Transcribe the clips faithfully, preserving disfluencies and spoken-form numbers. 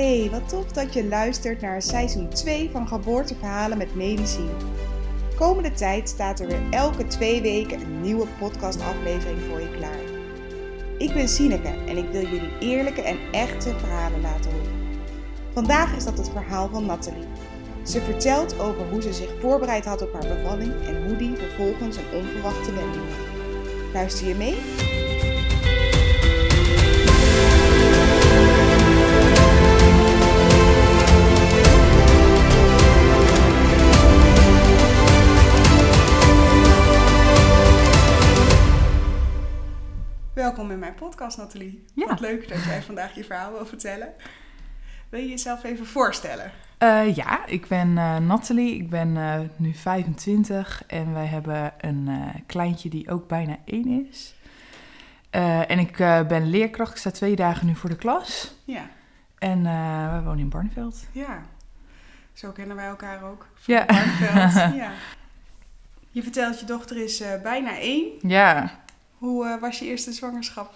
Hey, wat tof dat je luistert naar seizoen twee van Geboorteverhalen met Medici. Komende tijd staat er weer elke twee weken een nieuwe podcastaflevering voor je klaar. Ik ben Sineke en ik wil jullie eerlijke en echte verhalen laten horen. Vandaag is dat het verhaal van Nathalie. Ze vertelt over hoe ze zich voorbereid had op haar bevalling en hoe die vervolgens een onverwachte wending had. Luister je mee? Welkom in mijn podcast, Nathalie. Ja. Wat leuk dat jij vandaag je verhaal wil vertellen. Wil je jezelf even voorstellen? Uh, ja, ik ben uh, Nathalie. Ik ben uh, nu vijfentwintig en wij hebben een uh, kleintje die ook bijna één is. Uh, en ik uh, ben leerkracht. Ik sta twee dagen nu voor de klas. Ja. En uh, we wonen in Barneveld. Ja. Zo kennen wij elkaar ook. Ja. Barneveld. Ja. Je vertelt, je dochter is uh, bijna één. Ja. Hoe uh, was je eerste zwangerschap?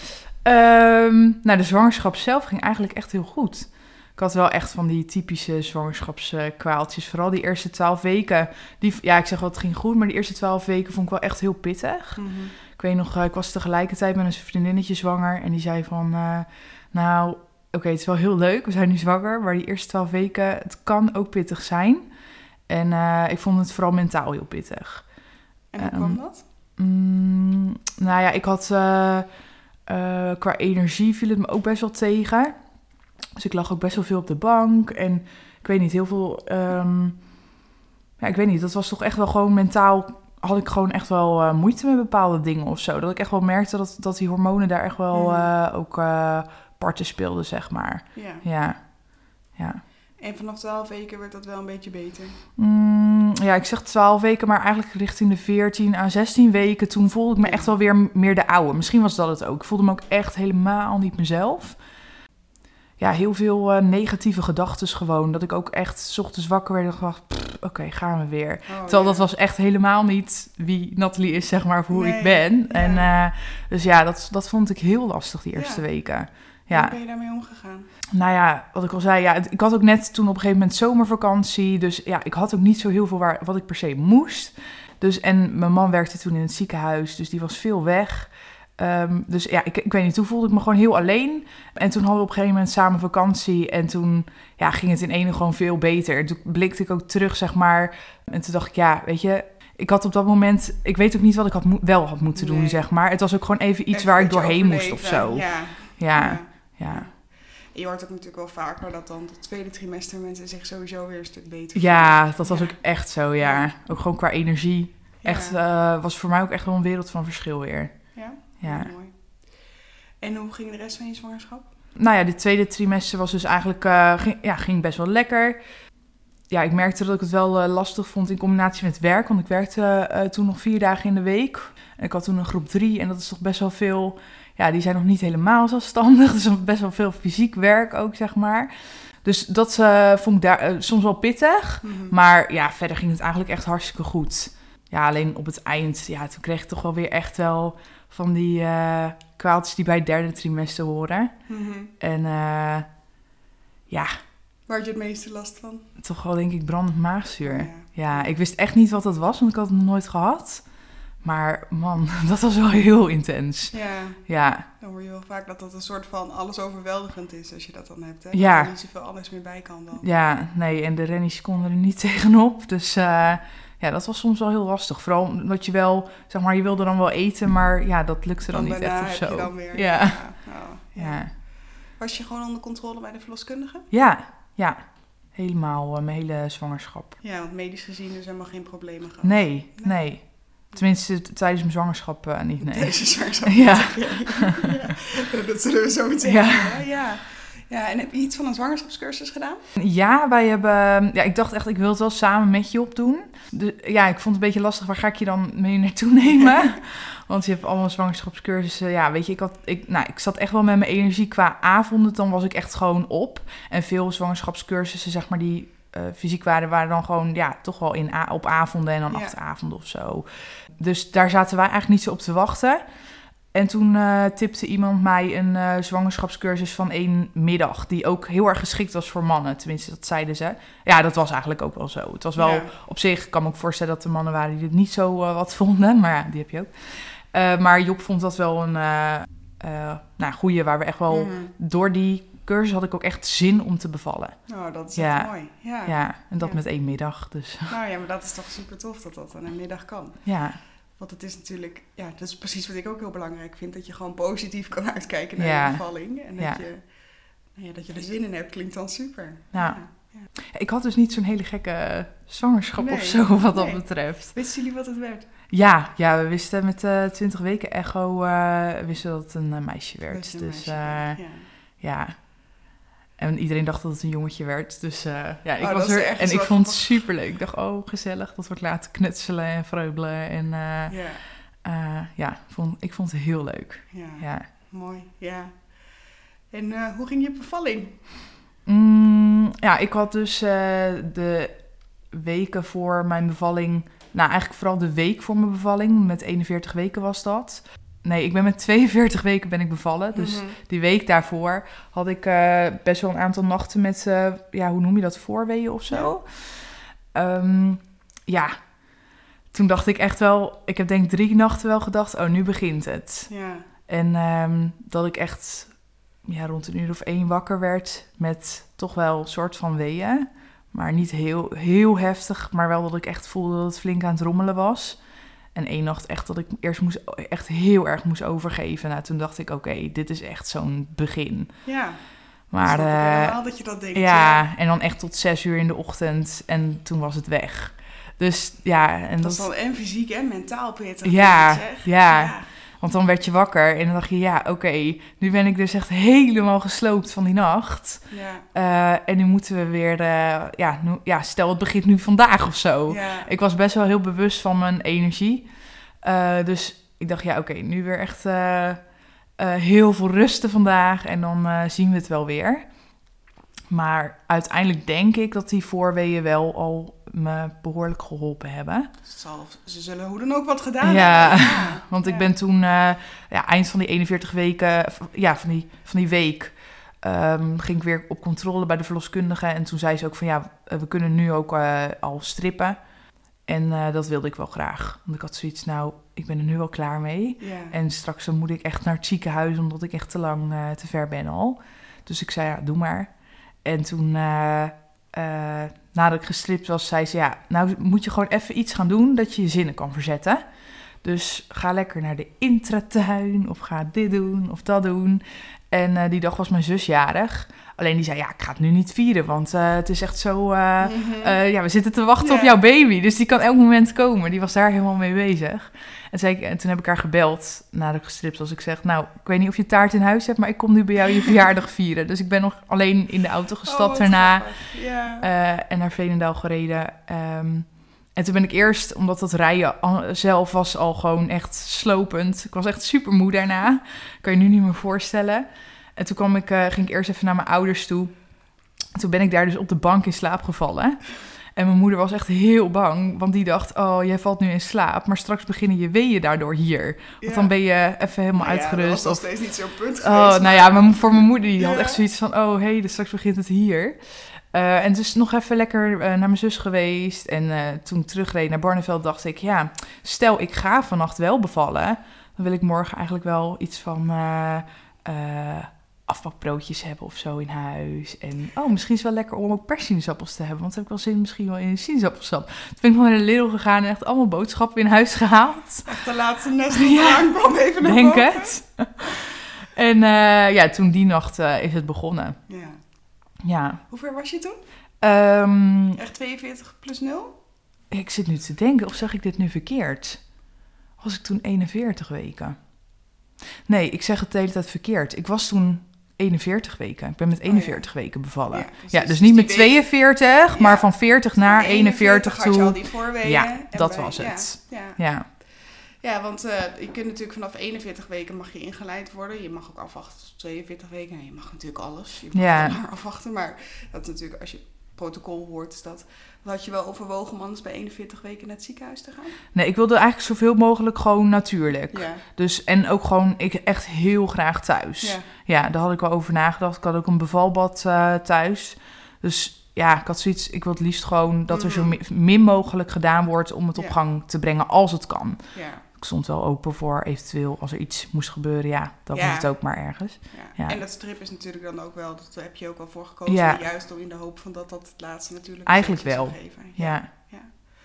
Um, nou, de zwangerschap zelf ging eigenlijk echt heel goed. Ik had wel echt van die typische zwangerschapskwaaltjes. Vooral die eerste twaalf weken. Die, ja, ik zeg wel, het ging goed, maar die eerste twaalf weken vond ik wel echt heel pittig. Mm-hmm. Ik weet nog, ik was tegelijkertijd met een vriendinnetje zwanger. En die zei van, uh, nou, oké, okay, het is wel heel leuk, we zijn nu zwanger. Maar die eerste twaalf weken, het kan ook pittig zijn. En uh, ik vond het vooral mentaal heel pittig. En hoe um, kwam dat? Mm, nou ja, ik had uh, uh, qua energie viel het me ook best wel tegen. Dus ik lag ook best wel veel op de bank. En ik weet niet, heel veel... Um, ja, ik weet niet, dat was toch echt wel gewoon mentaal... had ik gewoon echt wel uh, moeite met bepaalde dingen of zo. Dat ik echt wel merkte dat, dat die hormonen daar echt wel uh, ook uh, parten speelden, zeg maar. Ja. Ja. Ja. En vanaf twaalf weken werd dat wel een beetje beter? Mm, ja, ik zeg twaalf weken, maar eigenlijk richting de veertien à zestien weken... toen voelde ik me echt wel weer meer de oude. Misschien was dat het ook. Ik voelde me ook echt helemaal niet mezelf. Ja, heel veel uh, negatieve gedachten gewoon. Dat ik ook echt 's ochtends wakker werd en dacht, oké, okay, gaan we weer. Oh, Terwijl ja. dat was echt helemaal niet wie Nathalie is, zeg maar, of hoe nee. ik ben. Ja. En uh, dus ja, dat, dat vond ik heel lastig die eerste ja. weken. Ja. Hoe ben je daarmee omgegaan? Nou ja, wat ik al zei, ja, ik had ook net toen op een gegeven moment zomervakantie. Dus ja, ik had ook niet zo heel veel waar, wat ik per se moest. Dus, en mijn man werkte toen in het ziekenhuis, dus die was veel weg. Um, dus ja, ik, ik weet niet, toen voelde ik me gewoon heel alleen. En toen hadden we op een gegeven moment samen vakantie. En toen ja, ging het in ene gewoon veel beter. Toen blikte ik ook terug, zeg maar. En toen dacht ik, ja, weet je... Ik had op dat moment... Ik weet ook niet wat ik had mo- wel had moeten nee. doen, zeg maar. Het was ook gewoon even iets even waar ik doorheen moest of zo. Ja. Ja, ja. ja. Je hoort ook natuurlijk wel vaker dat dan het tweede trimester mensen zich sowieso weer een stuk beter voelen. Ja, dat was ja. ook echt zo, ja. ja. Ook gewoon qua energie. Ja. Echt, uh, was voor mij ook echt wel een wereld van verschil weer. Ja? Ja. Mooi. En hoe ging de rest van je zwangerschap? Nou ja, dit tweede trimester was dus eigenlijk, uh, ging, ja, ging best wel lekker. Ja, ik merkte dat ik het wel uh, lastig vond in combinatie met werk. Want ik werkte uh, toen nog vier dagen in de week. En ik had toen een groep drie en dat is toch best wel veel... Ja, die zijn nog niet helemaal zelfstandig. Dus best wel veel fysiek werk ook, zeg maar. Dus dat uh, vond ik daar uh, soms wel pittig. Mm-hmm. Maar ja, verder ging het eigenlijk echt hartstikke goed. Ja, alleen op het eind, ja, toen kreeg ik toch wel weer echt wel van die uh, kwaaltjes die bij het derde trimester horen. Mm-hmm. En uh, ja... Waar had je het meeste last van? Toch wel, denk ik, brandend maagzuur. Oh, ja. ja, ik wist echt niet wat dat was, want ik had het nog nooit gehad. Maar man, dat was wel heel intens. Ja. Ja. Dan hoor je wel vaak dat dat een soort van alles overweldigend is als je dat dan hebt. Hè? Ja. Dat er niet zoveel anders meer bij kan dan. Ja, nee, en de rennies konden er niet tegenop. Dus uh, ja, dat was soms wel heel lastig. Vooral omdat je wel, zeg maar, je wilde dan wel eten, maar ja, dat lukte dan, dan niet echt of zo. Je dan weer. Ja. Ja. Oh, ja. ja. Was je gewoon onder controle bij de verloskundige? Ja, ja. Helemaal, uh, mijn hele zwangerschap. Ja, want medisch gezien dus helemaal geen problemen gehad. Nee, nee. nee. Tenminste, t- tijdens mijn zwangerschap uh, niet, nee. Tijdens je zwangerschap ja. ja. Dat zullen we zo meteen ja. hebben. Ja. Ja, en heb je iets van een zwangerschapscursus gedaan? Ja, wij hebben... Ja, ik dacht echt, ik wil het wel samen met je opdoen. De, ja, ik vond het een beetje lastig, waar ga ik je dan mee naartoe nemen? Want je hebt allemaal zwangerschapscursussen. Ja, weet je, ik, had, ik, nou, ik zat echt wel met mijn energie qua avonden. Dan was ik echt gewoon op. En veel zwangerschapscursussen, zeg maar, die uh, fysiek waren, waren dan gewoon, ja, toch wel in a- op avonden en dan ja. acht avonden of zo. Dus daar zaten wij eigenlijk niet zo op te wachten. En toen uh, tipte iemand mij een uh, zwangerschapscursus van één middag. Die ook heel erg geschikt was voor mannen. Tenminste, dat zeiden ze. Ja, dat was eigenlijk ook wel zo. Het was wel ja. op zich, ik kan me ook voorstellen dat er mannen waren die het niet zo uh, wat vonden. Maar ja, die heb je ook. Uh, maar Job vond dat wel een uh, uh, nou, goeie, waar we echt wel mm. door die cursus had ik ook echt zin om te bevallen. Oh, dat is ja. echt mooi. Ja, ja en dat ja. met één middag. Dus. Nou ja, maar dat is toch super tof dat dat aan een middag kan. Ja. Want het is natuurlijk, ja, dat is precies wat ik ook heel belangrijk vind. Dat je gewoon positief kan uitkijken naar ja. de bevalling. En dat, ja. je, nou ja, dat je er zin in hebt, klinkt dan super. Nou, ja. Ja. Ik had dus niet zo'n hele gekke zwangerschap nee, of zo, wat nee. dat betreft. Wisten jullie wat het werd? Ja, ja, we wisten met uh, twintig weken echo, uh, wisten dat het een uh, meisje werd. Een dus meisje, uh, ja. ja. En iedereen dacht dat het een jongetje werd. Dus uh, ja, ik oh, was er en ik vond het superleuk. Ik dacht, oh, gezellig. Dat wordt laten knutselen en vreubelen. En uh, ja, uh, ja vond, ik vond het heel leuk. Ja, ja. mooi. Ja. En uh, hoe ging je bevalling? Mm, ja, ik had dus uh, de weken voor mijn bevalling... Nou, eigenlijk vooral de week voor mijn bevalling. Met eenenveertig weken was dat. Nee, ik ben met tweeënveertig weken ben ik bevallen. Dus mm-hmm. die week daarvoor had ik uh, best wel een aantal nachten met... Uh, ja, hoe noem je dat? Voorweeën of zo. Ja. Um, ja, toen dacht ik echt wel... Ik heb denk ik drie nachten wel gedacht... Oh, nu begint het. Ja. En um, dat ik echt ja, rond een uur of één wakker werd... met toch wel een soort van weeën. Maar niet heel, heel heftig. Maar wel dat ik echt voelde dat het flink aan het rommelen was... En één nacht echt dat ik eerst moest, echt heel erg moest overgeven. Nou, toen dacht ik, oké, okay, dit is echt zo'n begin. Ja, maar dat uh, helemaal dat je dat denkt. Ja, ja, en dan echt tot zes uur in de ochtend. En toen was het weg. Dus ja. En dat, dat is dan en fysiek en mentaal pittig. Ja, zeg. ja, ja. Want dan werd je wakker en dan dacht je, ja, oké, okay, nu ben ik dus echt helemaal gesloopt van die nacht. Ja. Uh, en nu moeten we weer, uh, ja, nu, ja, stel het begint nu vandaag of zo. Ja. Ik was best wel heel bewust van mijn energie. Uh, dus ik dacht, ja, oké, okay, nu weer echt uh, uh, heel veel rusten vandaag en dan uh, zien we het wel weer. Maar uiteindelijk denk ik dat die voorweeën wel al me behoorlijk geholpen hebben. Zal, ze zullen hoe dan ook wat gedaan ja, hebben. Ja, want ja. ik ben toen uh, ja, eind van die eenenveertig weken, ja, van die, van die week, um, ging ik weer op controle bij de verloskundige. En toen zei ze ook van, ja, we kunnen nu ook uh, al strippen. En uh, dat wilde ik wel graag. Want ik had zoiets, nou, ik ben er nu wel klaar mee. Ja. En straks dan moet ik echt naar het ziekenhuis, omdat ik echt te lang uh, te ver ben al. Dus ik zei, ja, doe maar. En toen, uh, uh, nadat ik gestript was, zei ze... ja, nou moet je gewoon even iets gaan doen dat je je zinnen kan verzetten. Dus ga lekker naar de intratuin of ga dit doen of dat doen. En uh, die dag was mijn zus jarig. Alleen die zei, ja, ik ga het nu niet vieren, want uh, het is echt zo... Uh, mm-hmm. uh, ja, we zitten te wachten yeah. op jouw baby, dus die kan elk moment komen. Die was daar helemaal mee bezig. En, zei ik, en toen heb ik haar gebeld, nadat ik gestript was. Ik zeg, nou, ik weet niet of je taart in huis hebt, maar ik kom nu bij jou je verjaardag vieren. Dus ik ben nog alleen in de auto gestapt oh, daarna yeah. uh, en naar Veenendaal gereden. Um, en toen ben ik eerst, omdat dat rijden zelf was al gewoon echt slopend. Ik was echt super moe daarna, kan je nu niet meer voorstellen. En toen kwam ik, uh, ging ik eerst even naar mijn ouders toe. En toen ben ik daar dus op de bank in slaap gevallen. En mijn moeder was echt heel bang, want die dacht, oh, jij valt nu in slaap, maar straks beginnen je weeën daardoor hier. Want ja. dan ben je even helemaal nou ja, uitgerust. Dat was nog of, steeds niet zo'n punt oh, geweest. Nou ja, maar voor mijn moeder, die ja. had echt zoiets van, oh, hé, hey, dus straks begint het hier. Uh, en dus nog even lekker uh, naar mijn zus geweest. En uh, toen ik terugreed naar Barneveld, dacht ik, ja, stel ik ga vannacht wel bevallen, dan wil ik morgen eigenlijk wel iets van... Uh, uh, afbakbroodjes hebben of zo in huis. En oh, misschien is het wel lekker om ook persinezappels te hebben. Want dan heb ik wel zin misschien wel in sinaasappelsap. Toen ben ik nog naar de Lidl gegaan en echt allemaal boodschappen in huis gehaald. Echt de laatste nest ja, kwam even naar denk boven. het. En uh, ja, toen die nacht uh, is het begonnen. Ja. Ja. Hoe ver was je toen? Um, Echt tweeënveertig plus nul? Ik zit nu te denken, of zeg ik dit nu verkeerd? Was ik toen eenenveertig weken? Nee, ik zeg het de hele tijd verkeerd. Ik was toen eenenveertig weken. Ik ben met eenenveertig oh, ja. weken bevallen. Ja, ja, dus niet met tweeënveertig, ja. maar van veertig naar eenenveertig toe. Had je al die voorweeën. Ja, dat bij, was het. Ja, ja. ja. ja want uh, je kunt natuurlijk vanaf eenenveertig weken mag je ingeleid worden. Je mag ook afwachten tot tweeënveertig weken. En je mag natuurlijk alles. Je mag ja. maar afwachten. Maar dat is natuurlijk als je protocol hoort, is dat... Had je wel overwogen om anders bij eenenveertig weken naar het ziekenhuis te gaan? Nee, ik wilde eigenlijk zoveel mogelijk gewoon natuurlijk. Ja. Dus, en ook gewoon, ik echt heel graag thuis. Ja. Ja, daar had ik wel over nagedacht. Ik had ook een bevalbad uh, thuis. Dus ja, ik had zoiets, ik wil het liefst gewoon dat er zo min, min mogelijk gedaan wordt om het op ja. gang te brengen als het kan. Ja. Ik stond wel open voor eventueel als er iets moest gebeuren, ja, dan ja. moet het ook maar ergens. Ja. Ja. En dat strip is natuurlijk dan ook wel, dat heb je ook al voor gekozen, ja. juist in de hoop van dat dat het laatste natuurlijk eigenlijk wel. Geven. Ja. Ja. ja.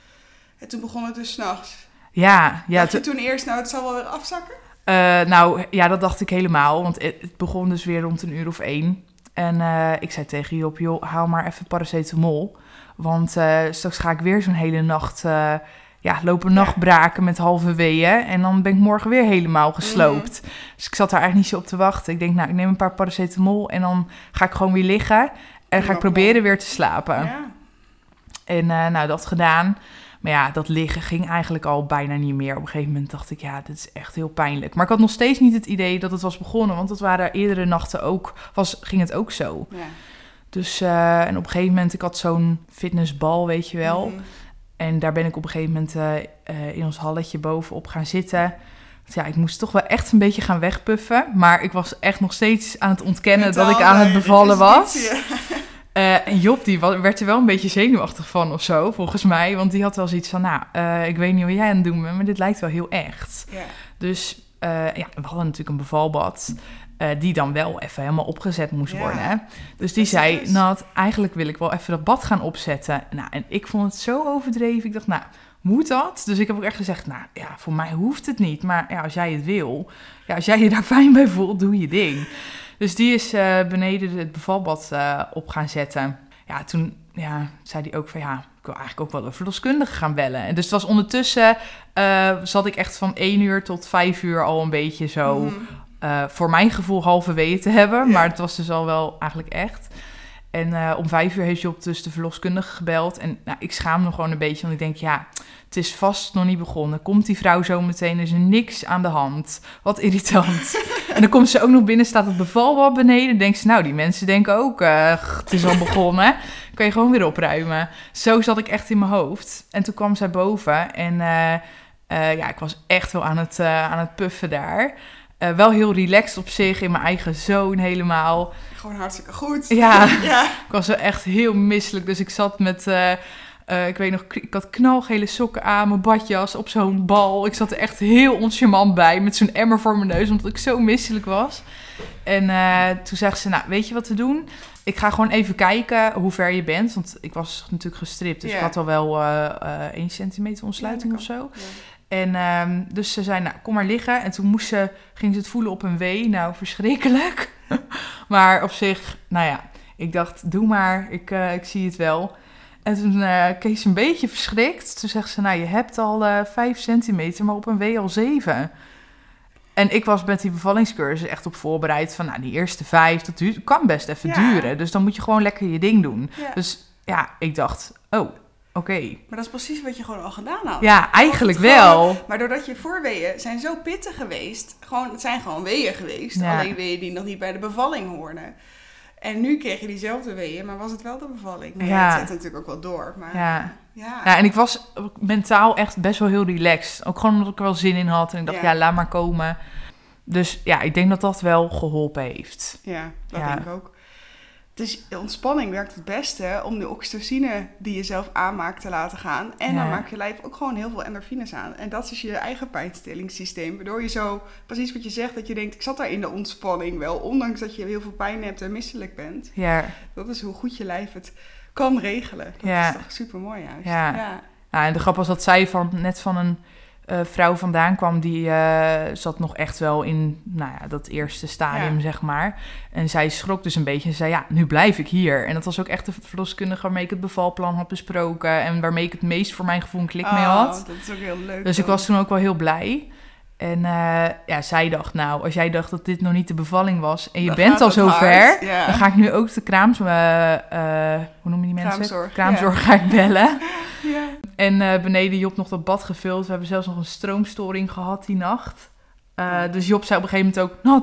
En toen begon het dus 's nachts. Ja, ja. Dacht je toen eerst, nou het zal wel weer afzakken? Uh, nou ja, dat dacht ik helemaal, want het, het begon dus weer rond een uur of één. En uh, ik zei tegen Job, joh, haal maar even paracetamol. Want uh, straks ga ik weer zo'n hele nacht uh, ja, lopen nachtbraken met halve weeën. En dan ben ik morgen weer helemaal gesloopt. Mm-hmm. Dus ik zat daar eigenlijk niet zo op te wachten. Ik denk, nou, ik neem een paar paracetamol en dan ga ik gewoon weer liggen. En ga ik proberen weer te slapen. Ja. En uh, nou, dat gedaan. Maar ja, dat liggen ging eigenlijk al bijna niet meer. Op een gegeven moment dacht ik, ja, dit is echt heel pijnlijk. Maar ik had nog steeds niet het idee dat het was begonnen. Want dat waren eerdere nachten ook, was, ging het ook zo. Ja. Dus, uh, en op een gegeven moment, ik had zo'n fitnessbal, weet je wel. Mm. En daar ben ik op een gegeven moment uh, uh, in ons halletje bovenop gaan zitten. Dus ja, ik moest toch wel echt een beetje gaan wegpuffen. Maar ik was echt nog steeds aan het ontkennen Metaal, dat ik aan het bevallen was. Uh, en Job, die werd er wel een beetje zenuwachtig van of zo, volgens mij. Want die had wel zoiets van, nou, uh, ik weet niet wat jij aan het doen bent, maar dit lijkt wel heel echt. Yeah. Dus uh, ja, we hadden natuurlijk een bevalbad, uh, die dan wel even helemaal opgezet moest yeah. worden. Dus die zei, is... nou, eigenlijk wil ik wel even dat bad gaan opzetten. Nou, en ik vond het zo overdreven. Ik dacht, nou, moet dat? Dus ik heb ook echt gezegd, nou, ja, voor mij hoeft het niet. Maar ja, als jij het wil, ja, als jij je daar fijn bij voelt, doe je ding. Dus die is uh, beneden het bevalbad uh, op gaan zetten. Ja, toen ja, zei hij ook van ja, ik wil eigenlijk ook wel een verloskundige gaan bellen. En dus het was ondertussen, uh, zat ik echt van één uur tot vijf uur al een beetje zo, mm-hmm. uh, voor mijn gevoel halve weeën te hebben. Ja. Maar het was dus al wel eigenlijk echt. En uh, om vijf uur heeft Job dus de verloskundige gebeld. En nou, ik schaam me gewoon een beetje, want ik denk ja, het is vast nog niet begonnen. Komt die vrouw zo meteen, er is er niks aan de hand. Wat irritant. En dan komt ze ook nog binnen, staat het bevalbad beneden. Dan denkt ze, nou, die mensen denken ook, uh, het is al begonnen. Kan je gewoon weer opruimen. Zo zat ik echt in mijn hoofd. En toen kwam zij boven en uh, uh, ja, ik was echt wel aan het, uh, aan het puffen daar. Uh, wel heel relaxed op zich, in mijn eigen zone helemaal. Gewoon hartstikke goed. Ja, ja. Ik was wel echt heel misselijk. Dus ik zat met... Uh, Uh, ik weet nog, ik had knalgele sokken aan, mijn badjas op zo'n bal. Ik zat er echt heel oncharmant bij, met zo'n emmer voor mijn neus, omdat ik zo misselijk was. En uh, toen zegt ze, nou, weet je wat we doen? Ik ga gewoon even kijken hoe ver je bent, want ik was natuurlijk gestript. Dus yeah. ik had al wel uh, uh, één centimeter ontsluiting ja, of zo. Ja. En um, dus ze zei, nou, kom maar liggen. En toen moest ze, ging ze het voelen op een wee. Nou, verschrikkelijk. Maar op zich, nou ja, ik dacht, doe maar, ik, uh, ik zie het wel. En toen uh, keek ze een beetje verschrikt. Toen zegt ze, nou, je hebt al uh, vijf centimeter, maar op een wee al zeven. En ik was met die bevallingscursus echt op voorbereid van, nou, die eerste vijf, dat duurt, kan best even ja. duren. Dus dan moet je gewoon lekker je ding doen. Ja. Dus ja, ik dacht, oh, oké. Okay. Maar dat is precies wat je gewoon al gedaan had. Ja, eigenlijk wel. Gewoon, maar doordat je voorweeën zijn zo pittig geweest, gewoon, het zijn gewoon weeën geweest. Ja. Alleen weeën die nog niet bij de bevalling hoorden. En nu kreeg je diezelfde weeën, maar was het wel de bevalling? Nou, ja, het zet natuurlijk ook wel door. Maar, ja. Ja. ja, en ik was mentaal echt best wel heel relaxed. Ook gewoon omdat ik er wel zin in had. En ik dacht, ja, ja laat maar komen. Dus ja, ik denk dat dat wel geholpen heeft. Ja, dat ja. denk ik ook. Dus ontspanning werkt het beste om de oxytocine die je zelf aanmaakt te laten gaan. En ja. dan maakt je lijf ook gewoon heel veel endorfines aan. En dat is je eigen pijnstillingssysteem. Waardoor je zo, precies wat je zegt, dat je denkt, ik zat daar in de ontspanning wel. Ondanks dat je heel veel pijn hebt en misselijk bent. Ja. Dat is hoe goed je lijf het kan regelen. Dat ja. is toch super mooi juist. Ja. ja. Nou, en de grap was dat zij van, net van een uh, vrouw vandaan kwam, die uh, zat nog echt wel in nou ja, dat eerste stadium, ja. zeg maar. En zij schrok dus een beetje en zei, ja, nu blijf ik hier. En dat was ook echt de verloskundige waarmee ik het bevalplan had besproken en waarmee ik het meest voor mijn gevoel een klik oh, mee had. Dat is ook heel leuk. Dus dan. ik was toen ook wel heel blij. En uh, ja, zij dacht, nou, als jij dacht dat dit nog niet de bevalling was en je dan bent al zo ver, ja. dan ga ik nu ook de kraams, uh, uh, hoe noem je die mensen? Kraamzorg. Kraamzorg ja. ga ik bellen. Ja. En uh, beneden Job nog dat bad gevuld. We hebben zelfs nog een stroomstoring gehad die nacht. Uh, dus Job zei op een gegeven moment ook, Nat,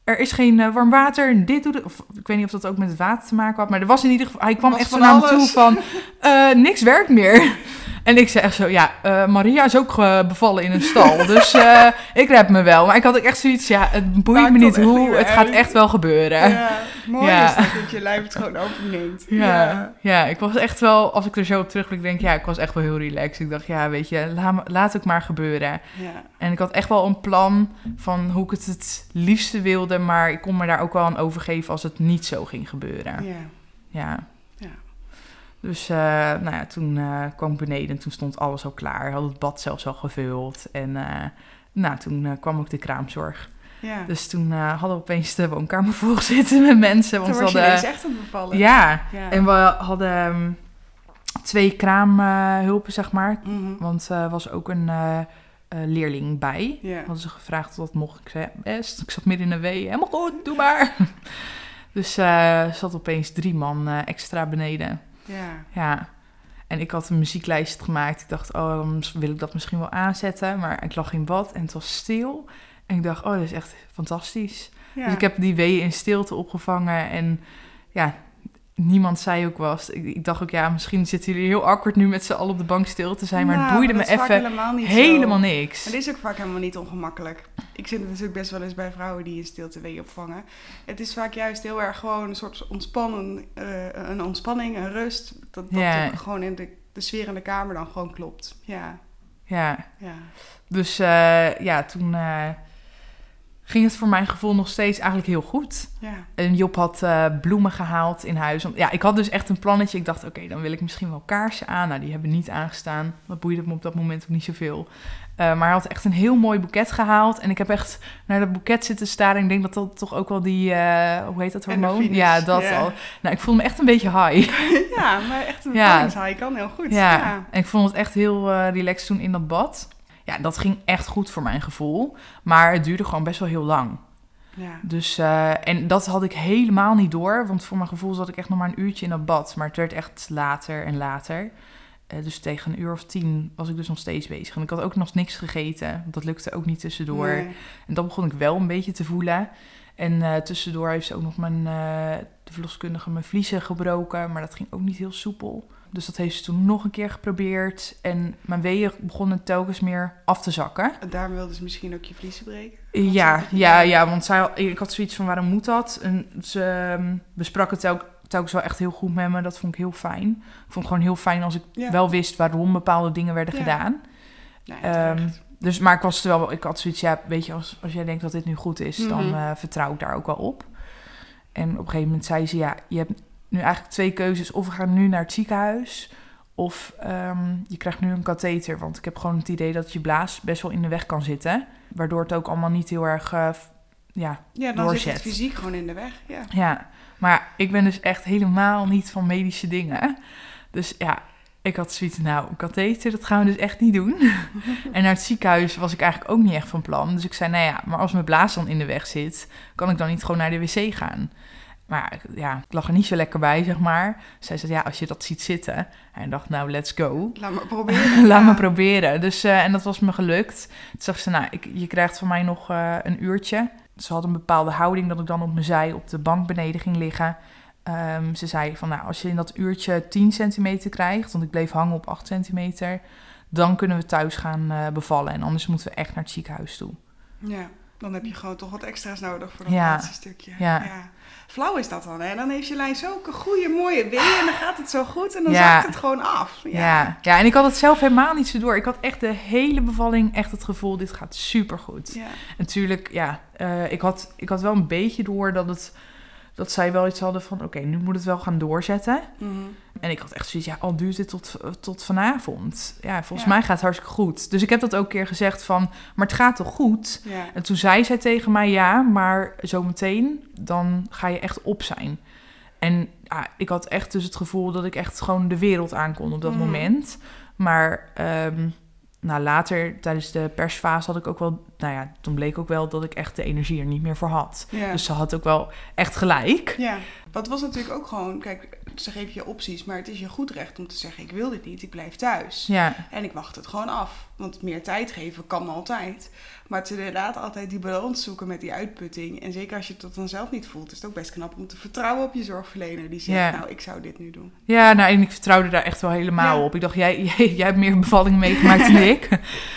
er is geen uh, warm water, dit doet het. Of ik weet niet of dat ook met het water te maken had, maar er was in ieder geval, hij kwam echt zo naar me toe van, uh, niks werkt meer. En ik zei echt zo, ja, uh, Maria is ook uh, bevallen in een stal, dus uh, ik red me wel. Maar ik had ook echt zoiets, ja, het boeit Maakt me niet hoe, het gaat echt wel gebeuren. Ja, mooi ja. is dat, dat je lijf het gewoon overneemt. Ja, ja. ja, ik was echt wel, als ik er zo op terugblik denk, ja, ik was echt wel heel relaxed. Ik dacht, ja, weet je, laat, laat het maar gebeuren. Ja. En ik had echt wel een plan van hoe ik het het liefste wilde, maar ik kon me daar ook wel aan overgeven als het niet zo ging gebeuren. Ja. Ja. ja. Dus uh, nou ja, toen uh, kwam ik beneden en toen stond alles al klaar. Had het bad zelfs al gevuld. En uh, nou, toen uh, kwam ook de kraamzorg. Ja. Dus toen uh, hadden we opeens de woonkamer vol zitten met mensen. Want toen was je hadden, eens echt aan het bevallen. Ja, ja. En we hadden um, twee kraamhulpen, uh, zeg maar. Mm-hmm. Want er uh, was ook een uh, uh, leerling bij. Ja. Hadden ze gevraagd of dat mocht. Ik zei, ja, best. Ik zat midden in de wee. Helemaal goed, doe maar. Dus uh, er zat opeens drie man uh, extra beneden. Ja. Ja. En ik had een muzieklijst gemaakt. Ik dacht, oh, dan wil ik dat misschien wel aanzetten. Maar ik lag in bad en het was stil. En ik dacht, oh, dat is echt fantastisch. Ja. Dus ik heb die weeën in stilte opgevangen. En ja, niemand zei ook was. Ik, ik dacht ook, ja, misschien zitten jullie heel awkward nu met z'n allen op de bank stil te zijn. Maar nou, het boeide maar me even helemaal, niet helemaal zo. niks. Het is ook vaak helemaal niet ongemakkelijk. Ik zit natuurlijk best wel eens bij vrouwen die in stilte weeën opvangen. Het is vaak juist heel erg gewoon een soort ontspannen, uh, een ontspanning, een rust. Dat, dat ja. gewoon in de, de sfeer in de kamer dan gewoon klopt. Ja. Ja. ja. Dus uh, ja, toen uh, ging het voor mijn gevoel nog steeds eigenlijk heel goed. Ja. En Job had uh, bloemen gehaald in huis. Ja, ik had dus echt een plannetje. Ik dacht, oké, okay, dan wil ik misschien wel kaarsen aan. Nou, die hebben niet aangestaan. Dat boeide me op dat moment ook niet zoveel. Uh, maar hij had echt een heel mooi boeket gehaald. En ik heb echt naar dat boeket zitten staren. Ik denk dat dat toch ook wel die, uh, hoe heet dat hormoon? Ja, dat yeah. al. Nou, ik voelde me echt een beetje high. Ja, maar echt een bevallingshigh kan heel goed. Ja. ja, en ik vond het echt heel uh, relaxed toen in dat bad. Ja, dat ging echt goed voor mijn gevoel. Maar het duurde gewoon best wel heel lang. Ja. Dus, uh, en dat had ik helemaal niet door. Want voor mijn gevoel zat ik echt nog maar een uurtje in dat bad. Maar het werd echt later en later. Uh, dus tegen een uur of tien was ik dus nog steeds bezig. En ik had ook nog niks gegeten. Want dat lukte ook niet tussendoor. Nee. En dat begon ik wel een beetje te voelen. En uh, tussendoor heeft ze ook nog mijn, uh, de verloskundige mijn vliezen gebroken. Maar dat ging ook niet heel soepel. Dus dat heeft ze toen nog een keer geprobeerd. En mijn weeën begonnen telkens meer af te zakken. En daarom wilde ze misschien ook je vliezen breken? Ja, ja, ja, want zij, ik had zoiets van waarom moet dat? En ze um, besprak het telkens, telkens wel echt heel goed met me. Dat vond ik heel fijn. Ik vond het gewoon heel fijn als ik ja. wel wist waarom bepaalde dingen werden ja. gedaan. Ja, um, dus, maar ik was er wel, ik had zoiets, ja, weet je, als, als jij denkt dat dit nu goed is, mm-hmm. dan uh, vertrouw ik daar ook wel op. En op een gegeven moment zei ze, ja, je hebt nu eigenlijk twee keuzes. Of we gaan nu naar het ziekenhuis, of um, je krijgt nu een katheter. Want ik heb gewoon het idee dat je blaas best wel in de weg kan zitten. Waardoor het ook allemaal niet heel erg uh, ja, Ja, dan doorzet. zit het fysiek gewoon in de weg. Ja. ja, maar ik ben dus echt helemaal niet van medische dingen. Dus ja, ik had zoiets, nou, een katheter, dat gaan we dus echt niet doen. En naar het ziekenhuis was ik eigenlijk ook niet echt van plan. Dus ik zei, nou ja, maar als mijn blaas dan in de weg zit, kan ik dan niet gewoon naar de wc gaan? Maar ja, ik lag er niet zo lekker bij, zeg maar. Zij zei, ja, als je dat ziet zitten. En dacht, nou, let's go. Laat me proberen. Laat ja. me proberen. Dus, uh, en dat was me gelukt. Toen zag ze, nou, ik, je krijgt van mij nog uh, een uurtje. Ze had een bepaalde houding dat ik dan op mijn zij op de bank beneden ging liggen. Um, ze zei van, nou, als je in dat uurtje tien centimeter krijgt, want ik bleef hangen op acht centimeter, dan kunnen we thuis gaan uh, bevallen. En anders moeten we echt naar het ziekenhuis toe. Ja, dan heb je gewoon toch wat extra's nodig voor dat ja. laatste stukje. Ja. ja. Flauw is dat dan, hè? Dan heeft je lijn zulke goede, mooie weeën en dan gaat het zo goed en dan ja. zakt het gewoon af. Ja. Ja. ja, en ik had het zelf helemaal niet zo door. Ik had echt de hele bevalling echt het gevoel, dit gaat supergoed. Ja. Natuurlijk, ja, uh, ik, had, ik had wel een beetje door dat, het, dat zij wel iets hadden van, oké, okay, nu moet het wel gaan doorzetten. Mm-hmm. En ik had echt zoiets, ja, al duurt dit tot, tot vanavond. Ja, volgens ja. mij gaat het hartstikke goed. Dus ik heb dat ook een keer gezegd van, maar het gaat toch goed? Ja. En toen zei zij tegen mij, ja, maar zometeen, dan ga je echt op zijn. En ja, ik had echt dus het gevoel dat ik echt gewoon de wereld aankon op dat mm. moment. Maar um, nou, later, tijdens de persfase had ik ook wel, nou ja, toen bleek ook wel dat ik echt de energie er niet meer voor had. Ja. Dus ze had ook wel echt gelijk. Ja. Wat was natuurlijk ook gewoon, kijk, ze geven je opties, maar het is je goed recht om te zeggen, ik wil dit niet, ik blijf thuis. Ja. En ik wacht het gewoon af. Want meer tijd geven kan altijd. Maar het is inderdaad altijd die balans zoeken met die uitputting. En zeker als je het dan zelf niet voelt, is het ook best knap om te vertrouwen op je zorgverlener. Die zegt, Ja. nou, ik zou dit nu doen. Ja, nou, en ik vertrouwde daar echt wel helemaal Ja. op. Ik dacht, jij, jij, jij hebt meer bevallingen meegemaakt dan ik.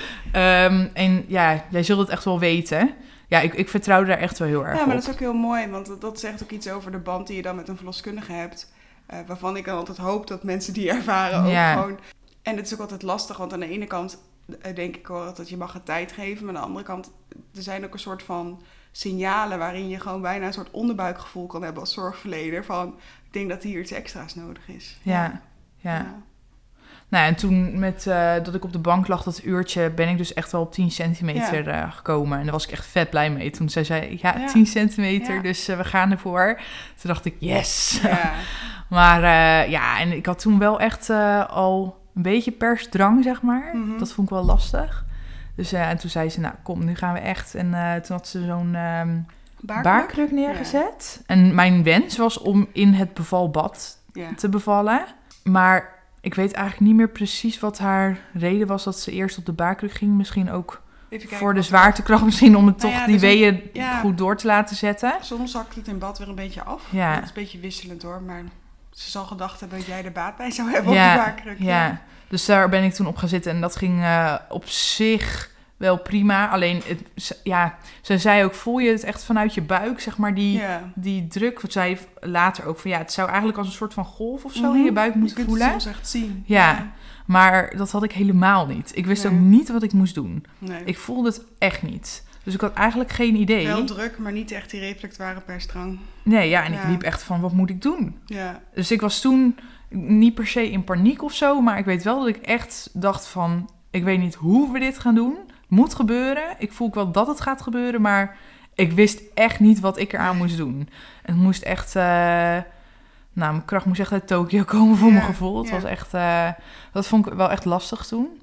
Um, en ja, jij zult het echt wel weten. Ja, ik, ik vertrouwde daar echt wel heel erg op. Ja, maar dat is ook heel mooi, want dat, dat zegt ook iets over de band die je dan met een verloskundige hebt. Uh, waarvan ik dan altijd hoop dat mensen die ervaren ook Ja. gewoon... En het is ook altijd lastig, want aan de ene kant uh, denk ik wel dat je mag het tijd geven. Maar aan de andere kant, er zijn ook een soort van signalen waarin je gewoon bijna een soort onderbuikgevoel kan hebben als zorgverlener. Van, ik denk dat hier iets extra's nodig is. Ja, ja. ja. ja. Nou, en toen met uh, dat ik op de bank lag, dat uurtje, ben ik dus echt wel op tien centimeter ja. uh, gekomen. En daar was ik echt vet blij mee. Toen zei zij, ja, ja. tien centimeter, ja. dus uh, we gaan ervoor. Toen dacht ik, yes! Ja. maar uh, ja, en ik had toen wel echt uh, al een beetje persdrang, zeg maar. Mm-hmm. Dat vond ik wel lastig. Dus uh, en toen zei ze, nou kom, nu gaan we echt. En uh, toen had ze zo'n um, baarkruk neergezet. Ja. En mijn wens was om in het bevalbad ja. te bevallen. Maar... ik weet eigenlijk niet meer precies wat haar reden was dat ze eerst op de baarkruk ging. Misschien ook kijken, voor de zwaartekracht. Misschien om het nou toch ja, die dus weeën een, ja. goed door te laten zetten. Soms zakt het in bad weer een beetje af. Ja. Dat is een beetje wisselend hoor. Maar ze zal gedacht hebben dat jij er baat bij zou hebben ja. op de baarkruk. Ja. ja, dus daar ben ik toen op gaan zitten. En dat ging uh, op zich wel prima. Alleen, het, ja, ze zei ook, voel je het echt vanuit je buik, zeg maar, die, ja. die druk. Wat zei later ook van, ja, het zou eigenlijk als een soort van golf of zo mm-hmm. in je buik moeten voelen. Je kunt het soms echt zien. Ja, ja, maar dat had ik helemaal niet. Ik wist nee. ook niet wat ik moest doen. Nee. Ik voelde het echt niet. Dus ik had eigenlijk geen idee. Wel druk, maar niet echt die reflectoire persdrang. Nee, ja, en ja. ik liep echt van, wat moet ik doen? Ja. Dus ik was toen niet per se in paniek of zo, maar ik weet wel dat ik echt dacht van, ik weet niet hoe we dit gaan doen. Moet gebeuren. Ik voel ook wel dat het gaat gebeuren, maar ik wist echt niet wat ik eraan moest doen. Het moest echt, uh, nou, mijn kracht moest echt uit Tokio komen voor ja, mijn gevoel. Het ja. was echt, uh, dat vond ik wel echt lastig toen.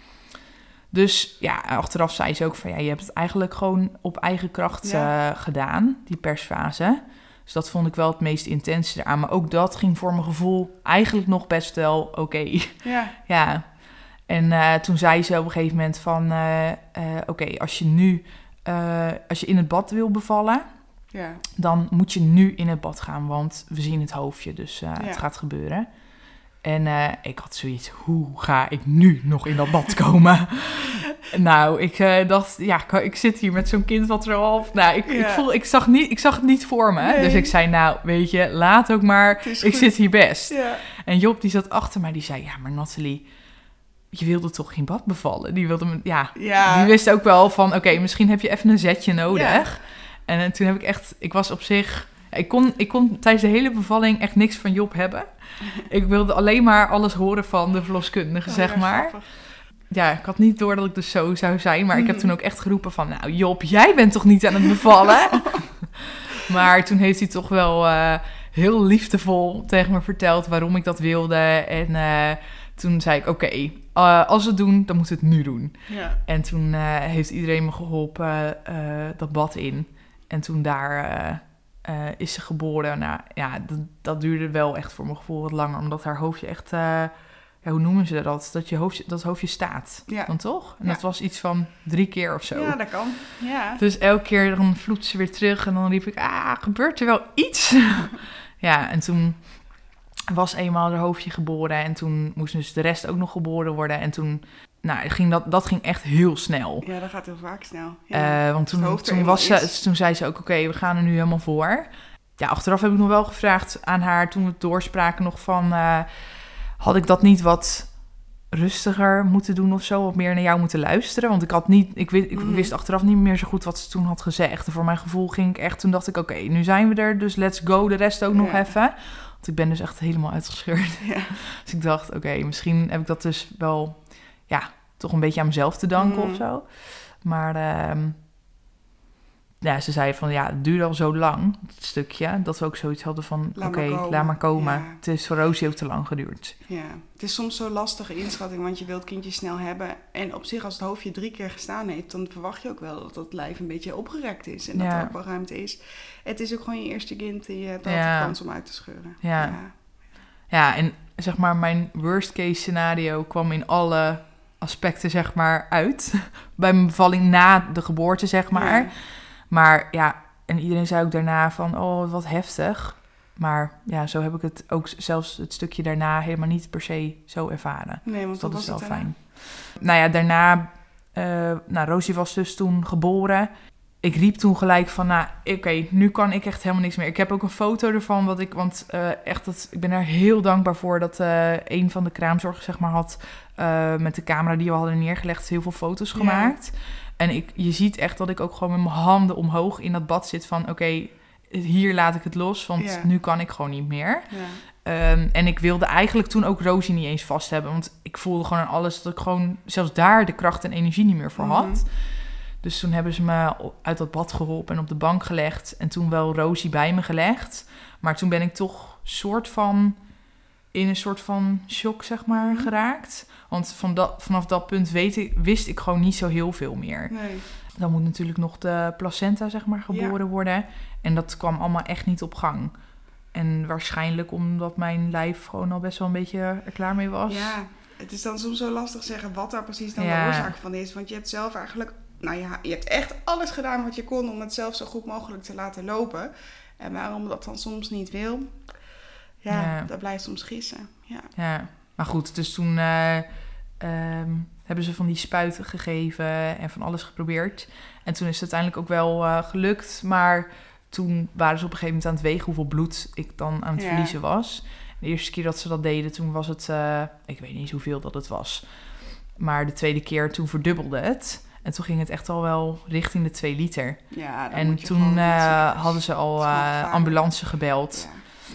Dus ja, achteraf zei ze ook van, ja, je hebt het eigenlijk gewoon op eigen kracht ja. uh, gedaan, die persfase. Dus dat vond ik wel het meest intense eraan. Maar ook dat ging voor mijn gevoel eigenlijk nog best wel oké. Okay. Ja. ja. En uh, toen zei ze op een gegeven moment van... Uh, uh, Oké, okay, als je nu... Uh, als je in het bad wil bevallen... Ja. Dan moet je nu in het bad gaan. Want we zien het hoofdje. Dus uh, ja. het gaat gebeuren. En uh, ik had zoiets... Hoe ga ik nu nog in dat bad komen? nou, ik uh, dacht... Ja, ik zit hier met zo'n kind wat er al... Nou, ik, ja. ik, voel, ik, zag niet, ik zag het niet voor me. Nee. Dus ik zei, nou, weet je... Laat ook maar. Ik goed. Zit hier best. Ja. En Job, die zat achter mij. Die zei, ja, maar Nathalie... Je wilde toch geen bad bevallen? Die wilde me, ja, ja. Die wist ook wel van, oké, okay, misschien heb je even een zetje nodig. Ja. En, en toen heb ik echt, ik was op zich, ik kon, ik kon tijdens de hele bevalling echt niks van Job hebben. Ik wilde alleen maar alles horen van de verloskundige, oh, zeg ja, maar. Grappig. Ja, ik had niet door dat ik dus zo zou zijn, maar mm. ik heb toen ook echt geroepen van, nou Job, jij bent toch niet aan het bevallen? Maar toen heeft hij toch wel uh, heel liefdevol tegen me verteld waarom ik dat wilde. En uh, toen zei ik, oké, okay, uh, als we het doen, dan moeten we het nu doen. Ja. En toen uh, heeft iedereen me geholpen uh, dat bad in. En toen daar uh, uh, is ze geboren. Nou ja, dat, dat duurde wel echt voor mijn gevoel wat langer. Omdat haar hoofdje echt, uh, ja, hoe noemen ze dat? Dat je hoofdje, dat hoofdje staat. Ja. Dan toch? En ja. dat was iets van drie keer of zo. Ja, dat kan. Ja. Dus elke keer dan vloept ze weer terug. En dan riep ik, ah, gebeurt er wel iets? Ja, en toen... was eenmaal haar hoofdje geboren en toen moest dus de rest ook nog geboren worden. En toen, nou, ging dat, dat ging echt heel snel. Ja, dat gaat heel vaak snel. Ja. Uh, want toen, toen, was ze, toen zei ze ook, oké, okay, we gaan er nu helemaal voor. Ja, achteraf heb ik nog wel gevraagd aan haar, toen we het doorspraken nog van... Uh, had ik dat niet wat rustiger moeten doen of zo? Wat meer naar jou moeten luisteren? Want ik had niet, ik wist, ik wist achteraf niet meer zo goed wat ze toen had gezegd. En voor mijn gevoel ging ik echt, toen dacht ik, oké, okay, nu zijn we er, dus let's go, de rest ook nog ja. even... Ik ben dus echt helemaal uitgescheurd. Ja. Dus ik dacht, oké, okay, misschien heb ik dat dus wel... ja, toch een beetje aan mezelf te danken mm. of zo. Maar uh, ja, ze zei van, ja, het duurde al zo lang, het stukje, dat we ook zoiets hadden van, oké, Laat maar komen. laat maar komen. Ja. Het is voor Rosie ook te lang geduurd. Ja, het is soms zo lastige inschatting, want je wilt het kindje snel hebben. En op zich, als het hoofdje drie keer gestaan heeft, dan verwacht je ook wel dat het lijf een beetje opgerekt is. En dat Ja. er ook wel ruimte is. Het is ook gewoon je eerste kind en je hebt Ja. altijd kans om uit te scheuren. Ja. Ja. Ja, en zeg maar, mijn worst case scenario kwam in alle aspecten, zeg maar, uit. Bij mijn bevalling na de geboorte, zeg maar. Ja. Maar ja, en iedereen zei ook daarna van, oh, wat heftig. Maar ja, zo heb ik het ook zelfs het stukje daarna helemaal niet per se zo ervaren. Nee, want Dus dat dat is was wel het daarna? fijn. Nou ja, daarna, uh, nou, Rosie was dus toen geboren. Ik riep toen gelijk van, nou, oké, okay, nu kan ik echt helemaal niks meer. Ik heb ook een foto ervan, wat ik, want uh, echt, dat, ik ben er heel dankbaar voor dat uh, een van de kraamzorgers, zeg maar, had uh, met de camera die we hadden neergelegd, heel veel foto's gemaakt. Ja. En ik, je ziet echt dat ik ook gewoon met mijn handen omhoog in dat bad zit van, oké, okay, hier laat ik het los, want ja. nu kan ik gewoon niet meer. Ja. Um, en ik wilde eigenlijk toen ook Rosie niet eens vast hebben, want ik voelde gewoon aan alles dat ik gewoon zelfs daar de kracht en energie niet meer voor had. Mm-hmm. Dus toen hebben ze me uit dat bad geholpen en op de bank gelegd. En toen wel Rosie bij me gelegd. Maar toen ben ik toch soort van in een soort van shock, zeg maar, mm-hmm. geraakt. Want van dat, vanaf dat punt weet ik, wist ik gewoon niet zo heel veel meer. Nee. Dan moet natuurlijk nog de placenta, zeg maar, geboren ja. worden. En dat kwam allemaal echt niet op gang. En waarschijnlijk omdat mijn lijf gewoon al best wel een beetje er klaar mee was. Ja, het is dan soms zo lastig zeggen wat daar precies dan ja. de oorzaak van is. Want je hebt zelf eigenlijk... Nou ja, je hebt echt alles gedaan wat je kon om het zelf zo goed mogelijk te laten lopen. En waarom dat dan soms niet wil, ja, ja. dat blijft soms gissen. Ja, ja. Maar goed, dus toen uh, um, hebben ze van die spuiten gegeven en van alles geprobeerd. En toen is het uiteindelijk ook wel uh, gelukt. Maar toen waren ze op een gegeven moment aan het wegen hoeveel bloed ik dan aan het ja. verliezen was. De eerste keer dat ze dat deden, toen was het, uh, ik weet niet eens hoeveel dat het was. Maar de tweede keer, toen verdubbelde het. En toen ging het echt al wel richting de twee liter. Ja, en toen uh, hadden ze al uh, ambulance gebeld.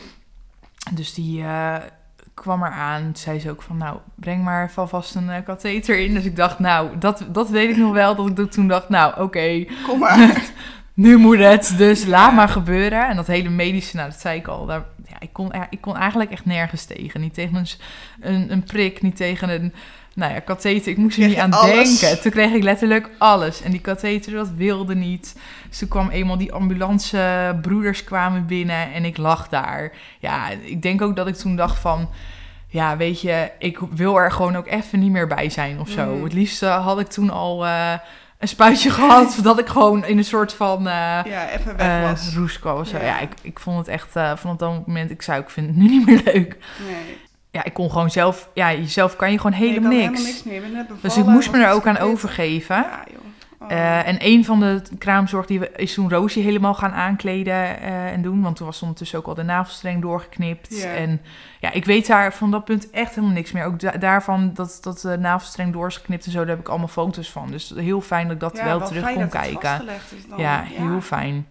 Ja. Dus die uh, kwam eraan. Toen zei ze ook van, nou, breng maar vast een uh, katheter in. Dus ik dacht, nou, dat, dat weet ik nog wel. Dat ik toen dacht, nou, oké. Okay, kom maar. Nu moet het, dus ja. laat maar gebeuren. En dat hele medische, nou, dat zei ik al. Daar, ja, ik, kon, ik kon eigenlijk echt nergens tegen. Niet tegen een, een, een prik, niet tegen een... Nou ja, katheter, ik moest er niet aan alles. denken. Toen kreeg ik letterlijk alles. En die katheter, dat wilde niet. Dus toen kwam eenmaal die ambulancebroeders kwamen binnen en ik lag daar. Ja, ik denk ook dat ik toen dacht van... Ja, weet je, ik wil er gewoon ook even niet meer bij zijn of zo. Mm. Het liefst uh, had ik toen al uh, een spuitje gehad... dat ik gewoon in een soort van... Uh, ja, even weg was. Uh, roes kwam of zo. Ja, ja ik, ik vond het echt... Uh, vanaf dat moment, ik zei, ik vind het nu niet meer leuk. Nee. Ja, ik kon gewoon zelf... Ja, jezelf kan je gewoon helemaal nee, niks. niks meer. Net bevallen, dus ik moest me er ook aan overgeven. Ja, joh. Oh. Uh, en een van de kraamzorg die we, is toen Rosie helemaal gaan aankleden uh, en doen. Want toen was ondertussen ook al de navelstreng doorgeknipt. Yeah. En ja, ik weet daar van dat punt echt helemaal niks meer. Ook da- daarvan dat, dat de navelstreng door is geknipt en zo, daar heb ik allemaal foto's van. Dus heel fijn dat ik dat ja, wel, wel terug fijn kon dat kijken. Het vastgelegd is dan. Ja, ja, heel fijn.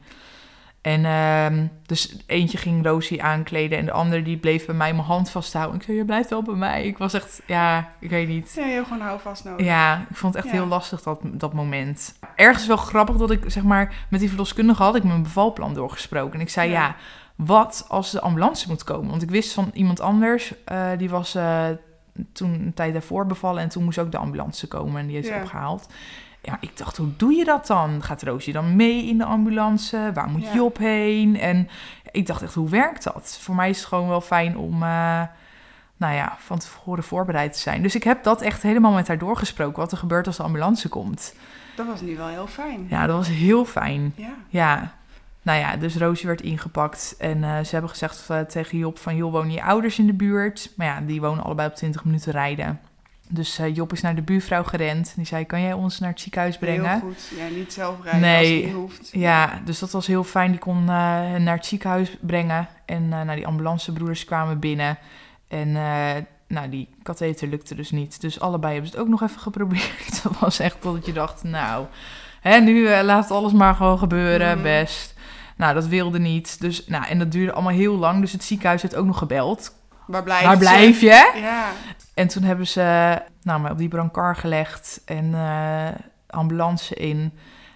En uh, dus eentje ging Rosie aankleden en de andere die bleef bij mij mijn hand vasthouden. Ik zei, je blijft wel bij mij. Ik was echt, ja, ik weet niet. Ja, je hebt gewoon houvast nodig. Ja, ik vond het echt ja. heel lastig dat, dat moment. Ergens wel grappig dat ik, zeg maar, met die verloskundige had ik mijn bevalplan doorgesproken. En ik zei, ja, ja wat als de ambulance moet komen? Want ik wist van iemand anders, uh, die was uh, toen een tijd daarvoor bevallen en toen moest ook de ambulance komen en die heeft ze ja. opgehaald. Ja, ik dacht, hoe doe je dat dan? Gaat Rosie dan mee in de ambulance? Waar moet ja. Job heen? En ik dacht echt, hoe werkt dat? Voor mij is het gewoon wel fijn om, uh, nou ja, van tevoren voorbereid te zijn. Dus ik heb dat echt helemaal met haar doorgesproken, wat er gebeurt als de ambulance komt. Dat was nu wel heel fijn. Ja, dat was heel fijn. Ja. Ja. Nou ja, dus Rosie werd ingepakt en uh, ze hebben gezegd uh, tegen Job van, joh, wonen je ouders in de buurt? Maar ja, die wonen allebei op twintig minuten rijden. Dus uh, Job is naar de buurvrouw gerend. Die zei, kan jij ons naar het ziekenhuis brengen? Heel goed. Ja, niet zelf rijden nee. als het niet hoeft. Ja, dus dat was heel fijn. Die kon uh, naar het ziekenhuis brengen. En uh, nou, die ambulancebroeders kwamen binnen. En uh, nou, die katheter lukte dus niet. Dus allebei hebben ze het ook nog even geprobeerd. Dat was echt dat je dacht, nou, hè, nu uh, laat alles maar gewoon gebeuren, mm. best. Nou, dat wilde niet. Dus, nou, en dat duurde allemaal heel lang. Dus het ziekenhuis heeft ook nog gebeld. Waar blijf, Waar blijf je? Ja. En toen hebben ze nou, mij op die brancard gelegd en uh, ambulance in.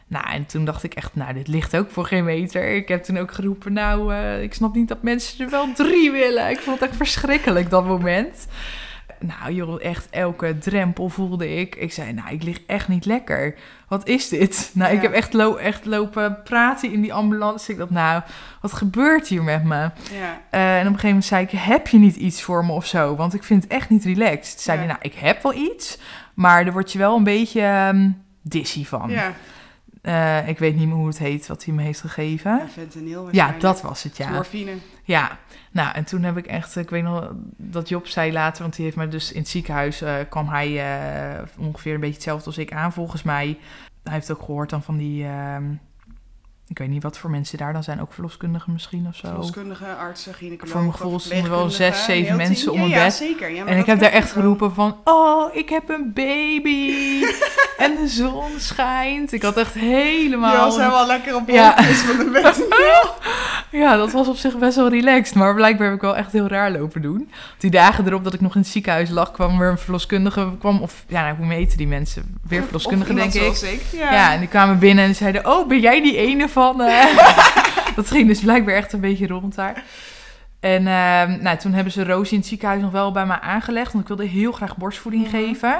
Nou, en toen dacht ik echt, nou, dit ligt ook voor geen meter. Ik heb toen ook geroepen, nou, uh, ik snap niet dat mensen er wel drie willen. Ik vond het echt verschrikkelijk, dat moment. Nou joh, echt elke drempel voelde ik. Ik zei, nou, ik lig echt niet lekker. Wat is dit? Nou, ja. Ik heb echt, lo- echt lopen praten in die ambulance. Ik dacht, nou, wat gebeurt hier met me? Ja. Uh, en op een gegeven moment zei ik, heb je niet iets voor me of zo? Want ik vind het echt niet relaxed. Toen zei ja. hij, nou, ik heb wel iets, maar daar word je wel een beetje um, dizzy van. Ja. Uh, ik weet niet meer hoe het heet, wat hij me heeft gegeven. Ja, fentanyl. Ja, dat was het, ja. Morfine. Ja, nou, en toen heb ik echt, ik weet nog dat Job zei later, want die heeft mij dus in het ziekenhuis, uh, kwam hij uh, ongeveer een beetje hetzelfde als ik aan, volgens mij. Hij heeft ook gehoord dan van die, uh, ik weet niet wat voor mensen daar dan zijn, ook verloskundigen misschien of zo. Verloskundigen, artsen, gynaecologen, voor mijn gevoel stonden wel zes, zeven mensen om ja, het ja, bed. Zeker. Ja, en ik heb daar echt geroepen van, oh, ik heb een baby en de zon schijnt. Ik had echt helemaal... Je was helemaal lekker op ja. van de bed. Ja, dat was op zich best wel relaxed, maar blijkbaar heb ik wel echt heel raar lopen doen. Die dagen erop dat ik nog in het ziekenhuis lag, kwam weer een verloskundige, kwam, of ja, nou, hoe meten die mensen? Weer verloskundigen, denk ik. ik. Ja. ja, en die kwamen binnen en zeiden, oh, ben jij die ene van... Uh... dat ging dus blijkbaar echt een beetje rond daar. En uh, nou, toen hebben ze Roos in het ziekenhuis nog wel bij me aangelegd, want ik wilde heel graag borstvoeding mm-hmm. geven.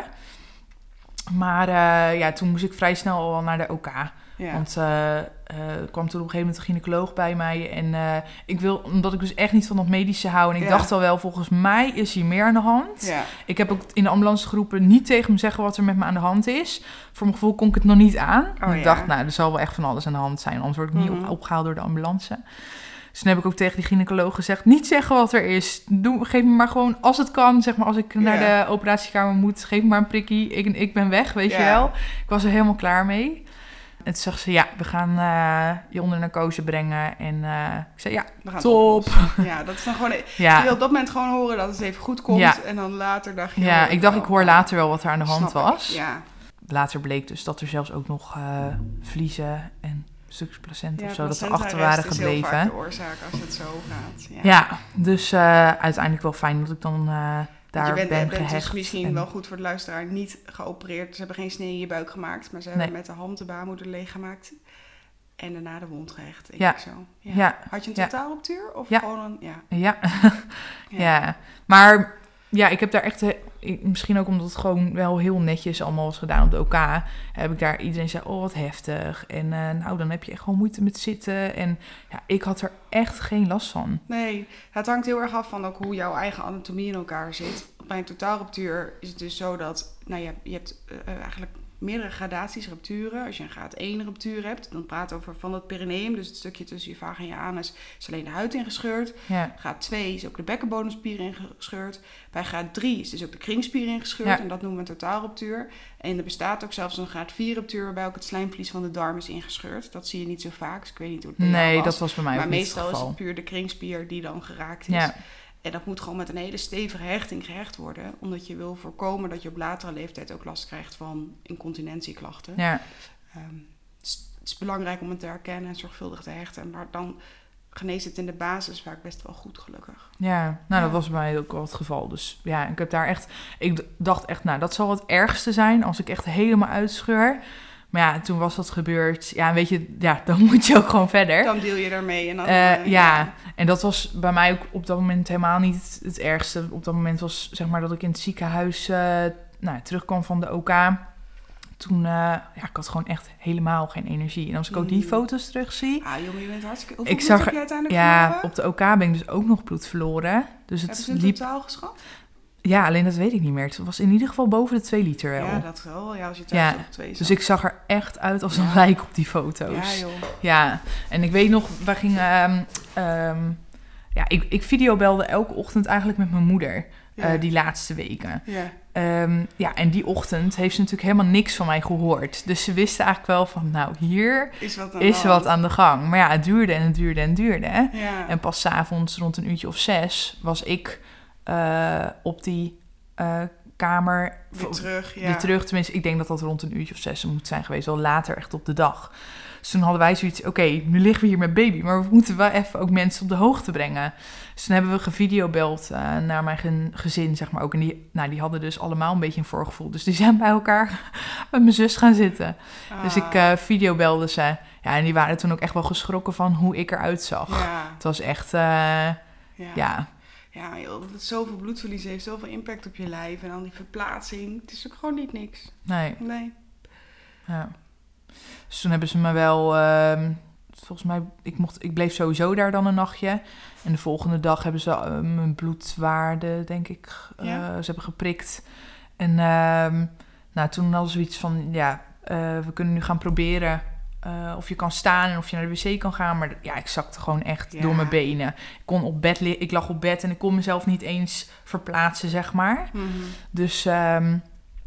Maar uh, ja, toen moest ik vrij snel al naar de O K. Ja. Want uh, uh, kwam toen op een gegeven moment een gynaecoloog bij mij. En uh, ik wil, omdat ik dus echt niet van dat medische hou. En ik ja. dacht al wel, volgens mij is hier meer aan de hand. Ja. Ik heb ook in de ambulance geroepen niet tegen hem zeggen wat er met me aan de hand is. Voor mijn gevoel kon ik het nog niet aan. Oh, en ik ja. dacht, nou, er zal wel echt van alles aan de hand zijn. Anders word ik niet mm-hmm. op, opgehaald door de ambulance. Dus toen heb ik ook tegen die gynaecoloog gezegd, niet zeggen wat er is. Doe, geef me maar gewoon, als het kan, zeg maar, als ik naar ja. de operatiekamer moet, geef me maar een prikkie. Ik, ik ben weg, weet ja. je wel. Ik was er helemaal klaar mee. En toen zag ze, ja, we gaan uh, je onder narcose brengen. En uh, ik zei, ja, we gaan top. Ja, dat is dan gewoon... Ja. Je wil op dat moment gewoon horen dat het even goed komt. Ja. En dan later dacht je... Ja, ik dacht, ik hoor later wel wat er aan de hand Snap was. Ik. Ja. Later bleek dus dat er zelfs ook nog uh, vliezen en stukjes placenta ja, of zo, dat er achter waren gebleven. Ja, dat is heel vaak de oorzaak als het zo gaat. Ja, ja dus uh, uiteindelijk wel fijn dat ik dan... Uh, daar je bent, ben bent gehecht. Dus misschien en... wel goed voor de luisteraar, niet geopereerd. Ze hebben geen snee in je buik gemaakt, maar ze hebben nee. met de hand de baarmoeder leeggemaakt. En daarna de wond gehecht, denk ja. ik zo. Ja. Ja. Had je een ja. totaalruptuur? Of ja. gewoon een... Ja. Ja. ja. ja. Maar ja, ik heb daar echt... Misschien ook omdat het gewoon wel heel netjes allemaal was gedaan op de O K. Heb ik daar... Iedereen zei, oh, wat heftig. En uh, nou, dan heb je echt gewoon moeite met zitten. En ja, ik had er echt geen last van. Nee, het hangt heel erg af van ook hoe jouw eigen anatomie in elkaar zit. Bij een totaalruptuur is het dus zo dat... Nou, je, je hebt uh, eigenlijk... meerdere gradaties rupturen. Als je een graad één ruptuur hebt, dan praat het over van het perineum, dus het stukje tussen je vaag en je anus, is alleen de huid ingescheurd. Ja. Graad twee is ook de bekkenbodemspier ingescheurd. Bij graad drie is dus ook de kringspier ingescheurd. Ja. En dat noemen we een totaalruptuur. En er bestaat ook zelfs een graad vier ruptuur, waarbij ook het slijmvlies van de darm is ingescheurd. Dat zie je niet zo vaak, dus ik weet niet hoe het bij Nee, was. dat was bij mij maar ook niet meestal het geval. is het puur de kringspier die dan geraakt is. Ja. En dat moet gewoon met een hele stevige hechting gehecht worden. Omdat je wil voorkomen dat je op latere leeftijd ook last krijgt van incontinentieklachten. Ja. Um, het, is, het is belangrijk om het te herkennen en zorgvuldig te hechten. Maar dan geneest het in de basis vaak best wel goed, gelukkig. Ja, nou ja. dat was bij mij ook wel het geval. Dus ja, ik heb daar echt... Ik dacht echt, nou dat zal het ergste zijn als ik echt helemaal uitscheur. Maar ja, toen was dat gebeurd. Ja, weet je, ja, dan moet je ook gewoon verder. Dan deel je daarmee. En dan, uh, uh, ja. ja, en dat was bij mij ook op dat moment helemaal niet het, het ergste. Op dat moment was zeg maar dat ik in het ziekenhuis uh, nou, terugkwam van de O K. Toen, uh, ja, ik had gewoon echt helemaal geen energie. En als ik ook die foto's terugzie... Ah, jongen, je bent hartstikke... Hoeveel ik bloed zag, heb je uiteindelijk ja, verloren? op de O K ben ik dus ook nog bloed verloren. Dus het Hebben ze in liep... totaal geschat? Ja, alleen dat weet ik niet meer. Het was in ieder geval boven de twee liter wel. Ja, dat wel. Ja, als je thuis ja, op twee zat. Dus ik zag er echt uit als een ja. lijk op die foto's. Ja, joh. Ja, en ik weet nog, wij gingen... Um, um, ja, ik, ik videobelde elke ochtend eigenlijk met mijn moeder. Ja. Uh, die laatste weken. Ja. Um, ja, en die ochtend heeft ze natuurlijk helemaal niks van mij gehoord. Dus ze wisten eigenlijk wel van, nou, hier is wat aan, is de, wat aan de gang. Maar ja, het duurde en het duurde en het duurde. Hè? Ja. En pas 's avonds rond een uurtje of zes was ik uh, op die uh, kamer. Weer terug, ja. Weer terug, tenminste, ik denk dat dat rond een uurtje of zes moet zijn geweest. Wel later, echt op de dag. Dus toen hadden wij zoiets, oké, okay, nu liggen we hier met baby, maar we moeten wel even ook mensen op de hoogte brengen. Dus toen hebben we gevideobeld uh, naar mijn gen- gezin, zeg maar ook. En die, nou, die hadden dus allemaal een beetje een voorgevoel. Dus die zijn bij elkaar met mijn zus gaan zitten. Ah. Dus ik uh, videobelde ze. Ja, en die waren toen ook echt wel geschrokken van hoe ik eruit zag. Ja. Het was echt, uh, ja... ja. Ja, joh, dat het zoveel bloedverlies heeft, zoveel impact op je lijf. En dan die verplaatsing. Het is ook gewoon niet niks. Nee. Nee. Ja. Dus toen hebben ze me wel... Uh, volgens mij, ik, mocht, ik bleef sowieso daar dan een nachtje. En de volgende dag hebben ze uh, mijn bloedwaarde, denk ik, uh, ja. ze hebben geprikt. En uh, nou, toen hadden ze iets van, ja, uh, we kunnen nu gaan proberen... Uh, of je kan staan en of je naar de wc kan gaan. Maar ja, ik zakte gewoon echt ja. door mijn benen. Ik kon op bed li- ik lag op bed en ik kon mezelf niet eens verplaatsen, zeg maar. Mm-hmm. Dus um,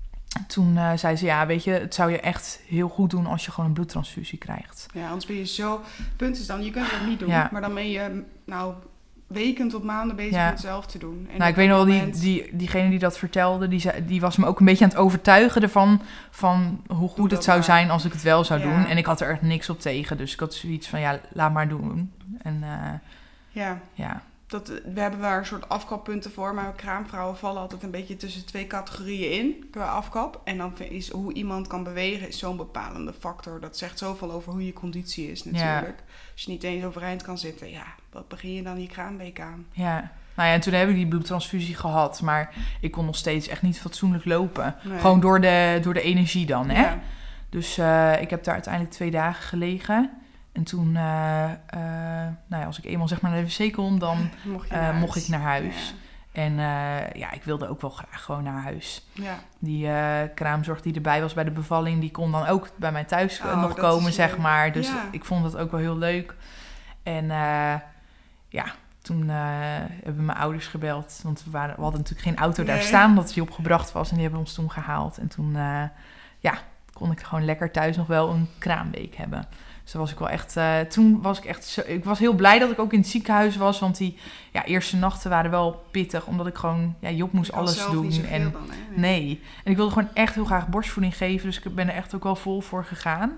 toen uh, zei ze, ja, weet je, het zou je echt heel goed doen als je gewoon een bloedtransfusie krijgt. Ja, anders ben je zo... Punt is dan, je kunt het niet doen. Ja. Maar dan ben je, nou, weken tot maanden bezig ja. met het zelf te doen. En nou, ik weet nog wel, moment... die, die, diegene die dat vertelde, die, zei, die was me ook een beetje aan het overtuigen ervan, van hoe goed het zou maar. zijn als ik het wel zou ja. doen. En ik had er echt niks op tegen, dus ik had zoiets van, ja, laat maar doen. En uh, ja, ja. Dat, we hebben daar een soort afkappunten voor, maar kraamvrouwen vallen altijd een beetje tussen twee categorieën in, qua afkap. En dan is hoe iemand kan bewegen is zo'n bepalende factor. Dat zegt zoveel over hoe je conditie is natuurlijk. Ja. Als je niet eens overeind kan zitten, ja, wat begin je dan je kraamweek aan? Ja. Nou ja, en toen heb ik die bloedtransfusie gehad, maar ik kon nog steeds echt niet fatsoenlijk lopen. Nee. Gewoon door de, door de energie dan, hè? Ja. Dus uh, ik heb daar uiteindelijk twee dagen gelegen. En toen, uh, uh, nou ja, als ik eenmaal zeg maar naar de wc kon, dan mocht, uh, mocht ik naar huis. Ja. En uh, ja, ik wilde ook wel graag gewoon naar huis. Ja. Die uh, kraamzorg die erbij was bij de bevalling, die kon dan ook bij mij thuis oh, nog komen, zeg leuk. maar. Dus ja. ik vond dat ook wel heel leuk. En uh, ja, toen uh, hebben mijn ouders gebeld. Want we, waren, we hadden natuurlijk geen auto nee. daar staan, omdat die opgebracht was. En die hebben ons toen gehaald. En toen, uh, ja, kon ik gewoon lekker thuis nog wel een kraamweek hebben. Dus was ik wel echt, uh, toen was ik echt zo, ik was heel blij dat ik ook in het ziekenhuis was, want die ja, eerste nachten waren wel pittig, omdat ik gewoon, ja, Job moest alles doen. En dan, hè? Nee. nee, en ik wilde gewoon echt heel graag borstvoeding geven, dus ik ben er echt ook wel vol voor gegaan.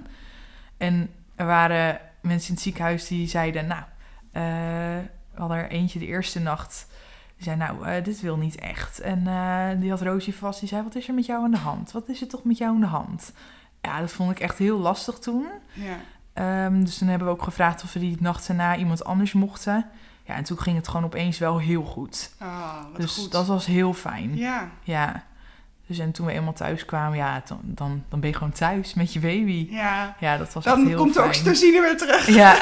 En er waren mensen in het ziekenhuis die zeiden, nou, uh, we hadden er eentje de eerste nacht, die zei, nou, uh, dit wil niet echt. En uh, die had Roosje vast, die zei, wat is er met jou aan de hand? Wat is er toch met jou aan de hand? Ja, dat vond ik echt heel lastig toen. Ja. Um, dus toen hebben we ook gevraagd of we die nacht daarna iemand anders mochten. Ja, en toen ging het gewoon opeens wel heel goed. Oh, wat dus goed. dat was heel fijn. Ja. Ja. Dus en toen we eenmaal thuis kwamen, ja, dan, dan, dan ben je gewoon thuis met je baby. Ja. Ja, dat was dan echt heel komt de oxytocine weer terug. Ja.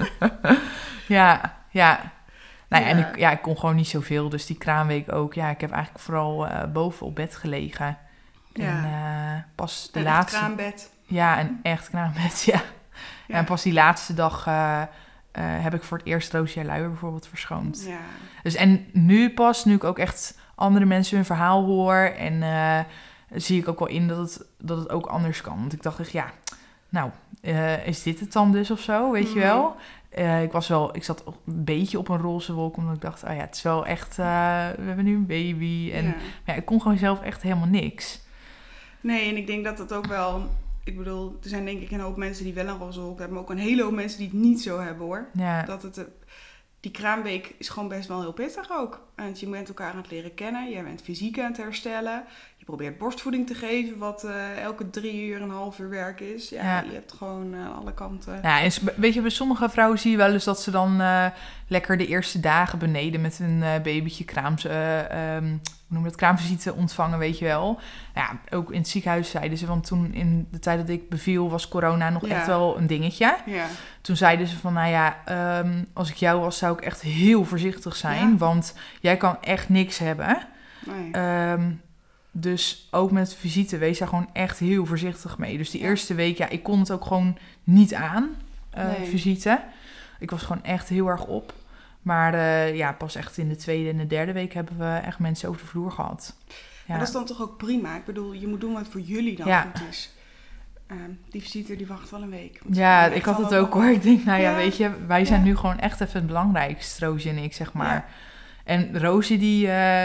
ja, ja. Nou ja, ja. en ik, ja, ik kon gewoon niet zoveel. Dus die kraamweek ook. Ja, ik heb eigenlijk vooral uh, boven op bed gelegen. Ja. En uh, pas de een laatste... Echt kraambed. Ja, een echt kraambed, ja. Ja. Ja, en pas die laatste dag uh, uh, heb ik voor het eerst Roosje Luijer bijvoorbeeld verschoond. Ja. Dus en nu pas, nu ik ook echt andere mensen hun verhaal hoor en uh, zie ik ook wel in dat het, dat het ook anders kan. Want ik dacht echt, ja, nou, uh, is dit het dan dus of zo, weet mm. je wel? Uh, ik was wel, ik zat een beetje op een roze wolk, omdat ik dacht, oh ja, het is wel echt, uh, we hebben nu een baby. En ja. Ja, ik kon gewoon zelf echt helemaal niks. Nee, en ik denk dat het ook wel... Ik bedoel, er zijn denk ik een hoop mensen die wel een roze wolk hebben, maar ook een hele hoop mensen die het niet zo hebben, hoor. Ja. Dat het, die kraamweek is gewoon best wel heel pittig ook. Want je bent elkaar aan het leren kennen, je bent fysiek aan het herstellen. Je probeert borstvoeding te geven, wat uh, elke drie uur, een half uur werk is. Ja, ja. Je hebt gewoon uh, alle kanten. Ja, en weet je, bij sommige vrouwen zie je wel eens dat ze dan uh, lekker de eerste dagen beneden met een uh, babytje kraams... Uh, um, hoe noem je dat, kraamvisite ontvangen, weet je wel. Ja, ook in het ziekenhuis zeiden ze, want toen in de tijd dat ik beviel was corona nog ja. echt wel een dingetje. Ja. Toen zeiden ze van, nou ja, um, als ik jou was, zou ik echt heel voorzichtig zijn, ja. want jij kan echt niks hebben. Nee. Um, dus ook met visite, wees daar gewoon echt heel voorzichtig mee. Dus die ja. eerste week, ja, ik kon het ook gewoon niet aan, uh, nee. visite. Ik was gewoon echt heel erg op. Maar uh, ja, pas echt in de tweede en de derde week hebben we echt mensen over de vloer gehad. Ja. Maar dat is dan toch ook prima? Ik bedoel, je moet doen wat voor jullie dan ja. goed is. Uh, die visite die wacht wel een week. Ja, ik had het ook hoor. Ik denk, nou ja, ja. weet je, wij zijn ja. nu gewoon echt even het belangrijkste, Roosje en ik, zeg maar. Ja. En Roosje die, uh,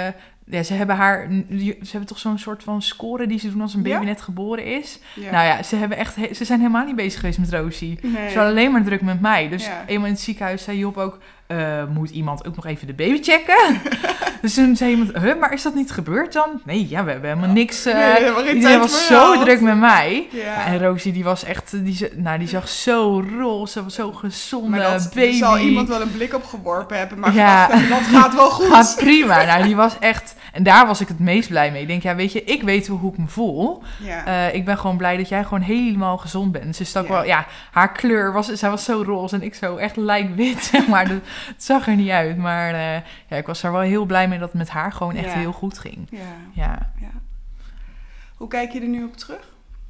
Ja, ze hebben haar... Ze hebben toch zo'n soort van score die ze doen als een baby Ja? net geboren is. Ja. Nou ja, ze, hebben echt, he- ze zijn helemaal niet bezig geweest met Rosie. Nee. Ze hadden alleen maar druk met mij. Dus Ja. eenmaal in het ziekenhuis zei Job ook... Uh, moet iemand ook nog even de baby checken? Dus toen zei iemand... Huh, maar is dat niet gebeurd dan? Nee, ja, we hebben helemaal niks... Uh, Nee, helemaal geen iedereen tijd was voor zo jou. druk met mij. Ja. Ja, en Rosie, die was echt... Die, ze- nou, die zag zo roze, zo gezonde Maar dat baby. er zal iemand wel een blik op geworpen hebben. Maar Ja. gedacht, dat gaat wel goed. Gaat prima. Nou, die was echt... En daar was ik het meest blij mee. Ik denk, ja, weet je, ik weet hoe ik me voel. Ja. Uh, ik ben gewoon blij dat jij gewoon helemaal gezond bent. Ze stak Ja. wel... Ja, haar kleur was... Zij was zo roze en ik zo echt lijkwit, zeg maar. Dus het zag er niet uit. Maar uh, ja, ik was er wel heel blij mee dat het met haar gewoon echt Ja. heel goed ging. Ja. Ja. Ja. Hoe kijk je er nu op terug?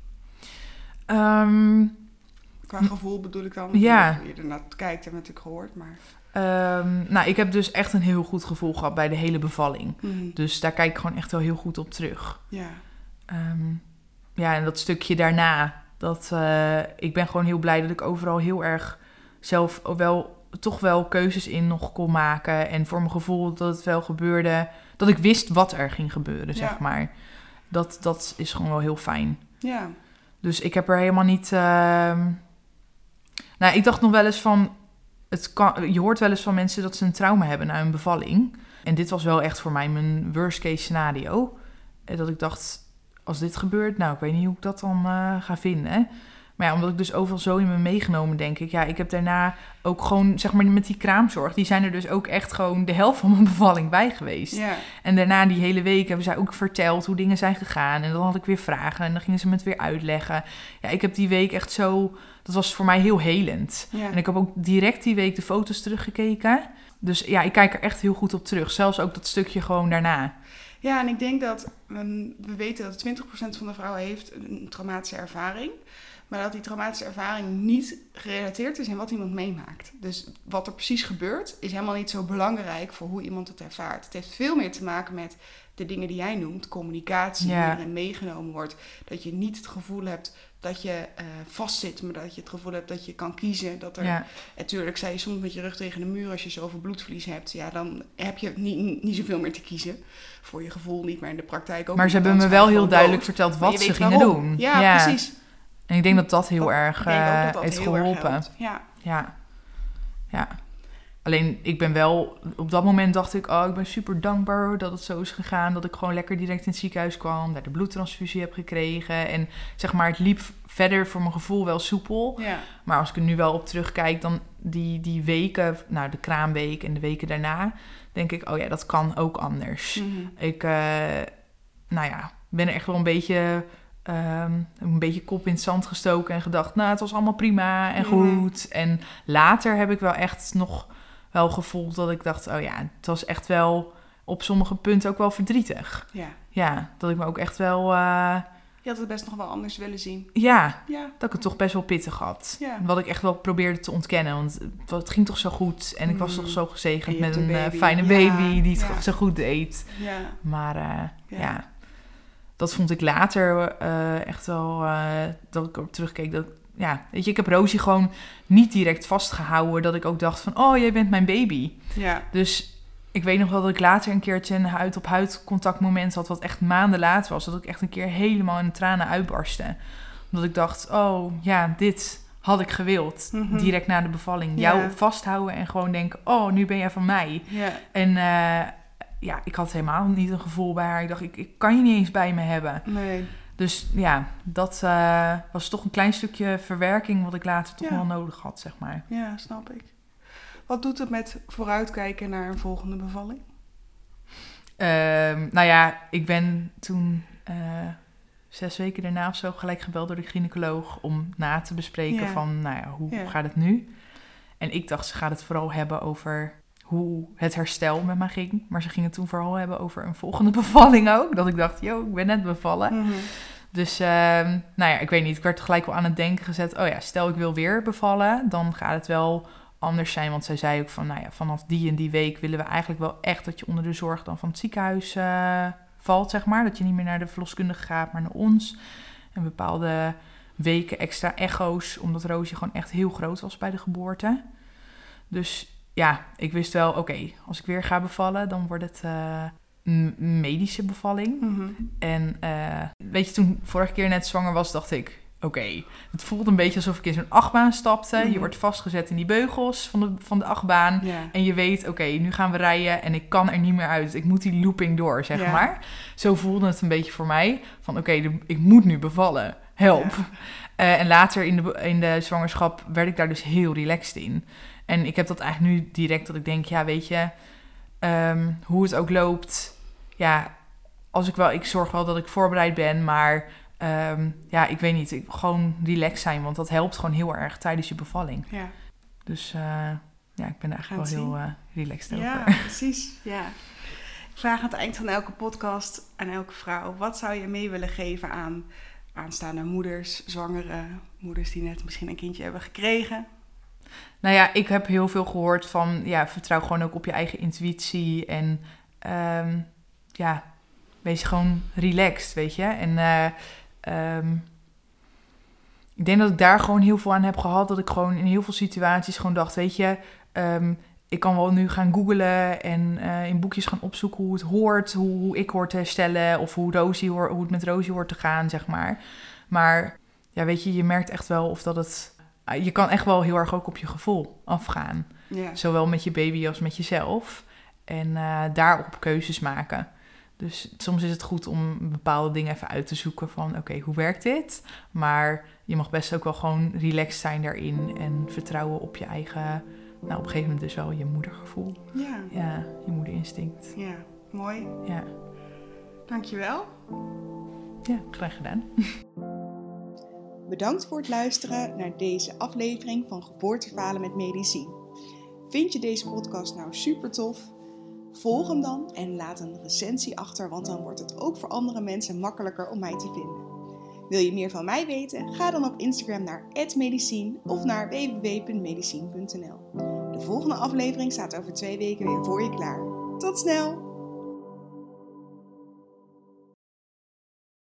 Um, Qua gevoel bedoel ik dan. Ja. Hoe je ernaar kijkt, heb ik natuurlijk gehoord. Maar... um, nou, ik heb dus echt een heel goed gevoel gehad bij de hele bevalling. Mm. Dus daar kijk ik gewoon echt wel heel goed op terug. Ja. Um, ja, en dat stukje daarna, dat uh, ik ben gewoon heel blij dat ik overal heel erg zelf wel, toch wel keuzes in nog kon maken. En voor mijn gevoel dat het wel gebeurde, dat ik wist wat er ging gebeuren, Ja. zeg maar. Dat, dat is gewoon wel heel fijn. Ja. Dus ik heb er helemaal niet... Uh, nou, ik dacht nog wel eens van... Het kan, je hoort wel eens van mensen dat ze een trauma hebben na een bevalling. En dit was wel echt voor mij mijn worst case scenario. En dat ik dacht, als dit gebeurt, nou, ik weet niet hoe ik dat dan uh, ga vinden. Hè? Maar ja, omdat ik dus overal zo in me meegenomen, denk ik. Ja, ik heb daarna ook gewoon, zeg maar, met die kraamzorg... die zijn er dus ook echt gewoon de helft van mijn bevalling bij geweest. Ja. En daarna die hele week hebben zij ook verteld hoe dingen zijn gegaan. En dan had ik weer vragen en dan gingen ze me het weer uitleggen. Ja, ik heb die week echt zo... Dat was voor mij heel helend. Ja. En ik heb ook direct die week de foto's teruggekeken. Dus ja, ik kijk er echt heel goed op terug. Zelfs ook dat stukje gewoon daarna. Ja, en ik denk dat... Um, we weten dat twintig procent van de vrouwen heeft een traumatische ervaring. Maar dat die traumatische ervaring niet gerelateerd is aan wat iemand meemaakt. Dus wat er precies gebeurt, is helemaal niet zo belangrijk voor hoe iemand het ervaart. Het heeft veel meer te maken met de dingen die jij noemt. Communicatie, Ja. hoe erin meegenomen wordt. Dat je niet het gevoel hebt dat je uh, vastzit, maar dat je het gevoel hebt dat je kan kiezen. Dat er, Ja. natuurlijk sta je soms met je rug tegen de muur als je zoveel bloedverlies hebt. Ja, dan heb je niet, niet zoveel meer te kiezen. Voor je gevoel niet, maar in de praktijk ook Maar niet, ze hebben me want wel ga je heel gewoon duidelijk dood. verteld Maar wat je ze weet gingen waarom. doen. Ja, precies. En ik denk dat dat heel Dat- erg ik denk ook uh, dat dat heeft heel erg geholpen. helpt. Ja. Ja. Ja. Alleen, ik ben wel... Op dat moment dacht ik... Oh, ik ben super dankbaar dat het zo is gegaan. Dat ik gewoon lekker direct in het ziekenhuis kwam. Daar de bloedtransfusie heb gekregen. En zeg maar, het liep verder voor mijn gevoel wel soepel. Ja. Maar als ik er nu wel op terugkijk... Dan die, die weken... Nou, de kraamweek en de weken daarna... Denk ik, oh ja, dat kan ook anders. Mm-hmm. Ik, uh, nou ja, ben er echt wel een beetje... Um, een beetje kop in het zand gestoken en gedacht... nou, het was allemaal prima en goed. Mm. En later heb ik wel echt nog wel gevoeld dat ik dacht... oh ja, het was echt wel op sommige punten ook wel verdrietig. Ja. Ja, dat ik me ook echt wel... Uh, Je had het best nog wel anders willen zien. Ja, ja, dat ik het toch best wel pittig had. Ja. Wat ik echt wel probeerde te ontkennen. Want het ging toch zo goed. En ik was mm. toch zo gezegend met een uh, fijne ja. baby die het ja. zo goed deed. Ja. Maar uh, ja... ja. Dat vond ik later uh, echt wel, uh, dat ik erop terugkeek. Dat, ja, weet je, ik heb Rosie gewoon niet direct vastgehouden. Dat ik ook dacht van, oh, jij bent mijn baby. Ja. Dus ik weet nog wel dat ik later een keertje een huid-op-huid contactmoment had... wat echt maanden later was. Dat ik echt een keer helemaal in tranen uitbarstte. Omdat ik dacht, oh, ja, dit had ik gewild. Mm-hmm. Direct na de bevalling. Ja. Jou vasthouden en gewoon denken, oh, nu ben jij van mij. Ja. En... Uh, ja, ik had helemaal niet een gevoel bij haar. Ik dacht, ik, ik kan je niet eens bij me hebben. Nee. Dus ja, dat uh, was toch een klein stukje verwerking... wat ik later toch ja. wel nodig had, zeg maar. Ja, snap ik. Wat doet het met vooruitkijken naar een volgende bevalling? Uh, nou ja, ik ben toen uh, zes weken daarna of zo... gelijk gebeld door de gynaecoloog... om na te bespreken ja. van, nou ja, hoe ja. gaat het nu? En ik dacht, ze gaat het vooral hebben over... hoe het herstel met me ging. Maar ze gingen toen vooral hebben over een volgende bevalling ook. Dat ik dacht, yo, ik ben net bevallen. Mm-hmm. Dus, uh, nou ja, ik weet niet. Ik werd gelijk wel aan het denken gezet. Oh ja, stel ik wil weer bevallen. Dan gaat het wel anders zijn. Want zij zei ook van, nou ja, vanaf die en die week willen we eigenlijk wel echt... dat je onder de zorg dan van het ziekenhuis uh, valt, zeg maar. Dat je niet meer naar de verloskundige gaat, maar naar ons. En bepaalde weken extra echo's. Omdat Roosje gewoon echt heel groot was bij de geboorte. Dus... ja, ik wist wel, oké, okay, als ik weer ga bevallen, dan wordt het uh, m- medische bevalling. Mm-hmm. En uh, weet je, toen vorige keer net zwanger was, dacht ik... Oké, okay, het voelde een beetje alsof ik in zo'n achtbaan stapte. Mm-hmm. Je wordt vastgezet in die beugels van de, van de achtbaan. Yeah. En je weet, oké, okay, nu gaan we rijden en ik kan er niet meer uit. Ik moet die looping door, zeg yeah. maar. Zo voelde het een beetje voor mij. Van oké, okay, ik moet nu bevallen. Help. Yeah. Uh, en later in de, in de zwangerschap werd ik daar dus heel relaxed in. En ik heb dat eigenlijk nu direct dat ik denk, ja, weet je... Um, hoe het ook loopt... Ja, als ik wel... Ik zorg wel dat ik voorbereid ben, maar... Um, ja, ik weet niet. Ik, gewoon relaxed zijn, want dat helpt gewoon heel erg tijdens je bevalling. Ja. Dus uh, ja, ik ben er eigenlijk wel heel uh, relaxed over. Ja, precies. Ja. Ik vraag aan het eind van elke podcast aan elke vrouw... wat zou je mee willen geven aan aanstaande moeders, zwangere moeders... die net misschien een kindje hebben gekregen? Nou ja, ik heb heel veel gehoord van... ja, vertrouw gewoon ook op je eigen intuïtie. En um, ja, wees gewoon relaxed, weet je. En... Uh, Um, ik denk dat ik daar gewoon heel veel aan heb gehad. Dat ik gewoon in heel veel situaties gewoon dacht... weet je, um, ik kan wel nu gaan googlen... en uh, in boekjes gaan opzoeken hoe het hoort... hoe, hoe ik hoor te herstellen... of hoe, Rosie hoor, hoe het met Rosie hoort te gaan, zeg maar. Maar ja, weet je, je merkt echt wel of dat het... Uh, je kan echt wel heel erg ook op je gevoel afgaan. Ja. Zowel met je baby als met jezelf. En uh, daarop keuzes maken... Dus soms is het goed om bepaalde dingen even uit te zoeken van... oké, okay, hoe werkt dit? Maar je mag best ook wel gewoon relaxed zijn daarin... en vertrouwen op je eigen... nou, op een gegeven moment dus wel je moedergevoel. Ja. Ja, je moederinstinct. Ja, mooi. Ja. Dankjewel. Ja, graag gedaan. Bedankt voor het luisteren naar deze aflevering van Geboorteverhalen met Medicien. Vind je deze podcast nou super tof? Volg hem dan en laat een recensie achter, want dan wordt het ook voor andere mensen makkelijker om mij te vinden. Wil je meer van mij weten? Ga dan op Instagram naar at medicien of naar w w w punt medicien punt n l. De volgende aflevering staat over twee weken weer voor je klaar. Tot snel!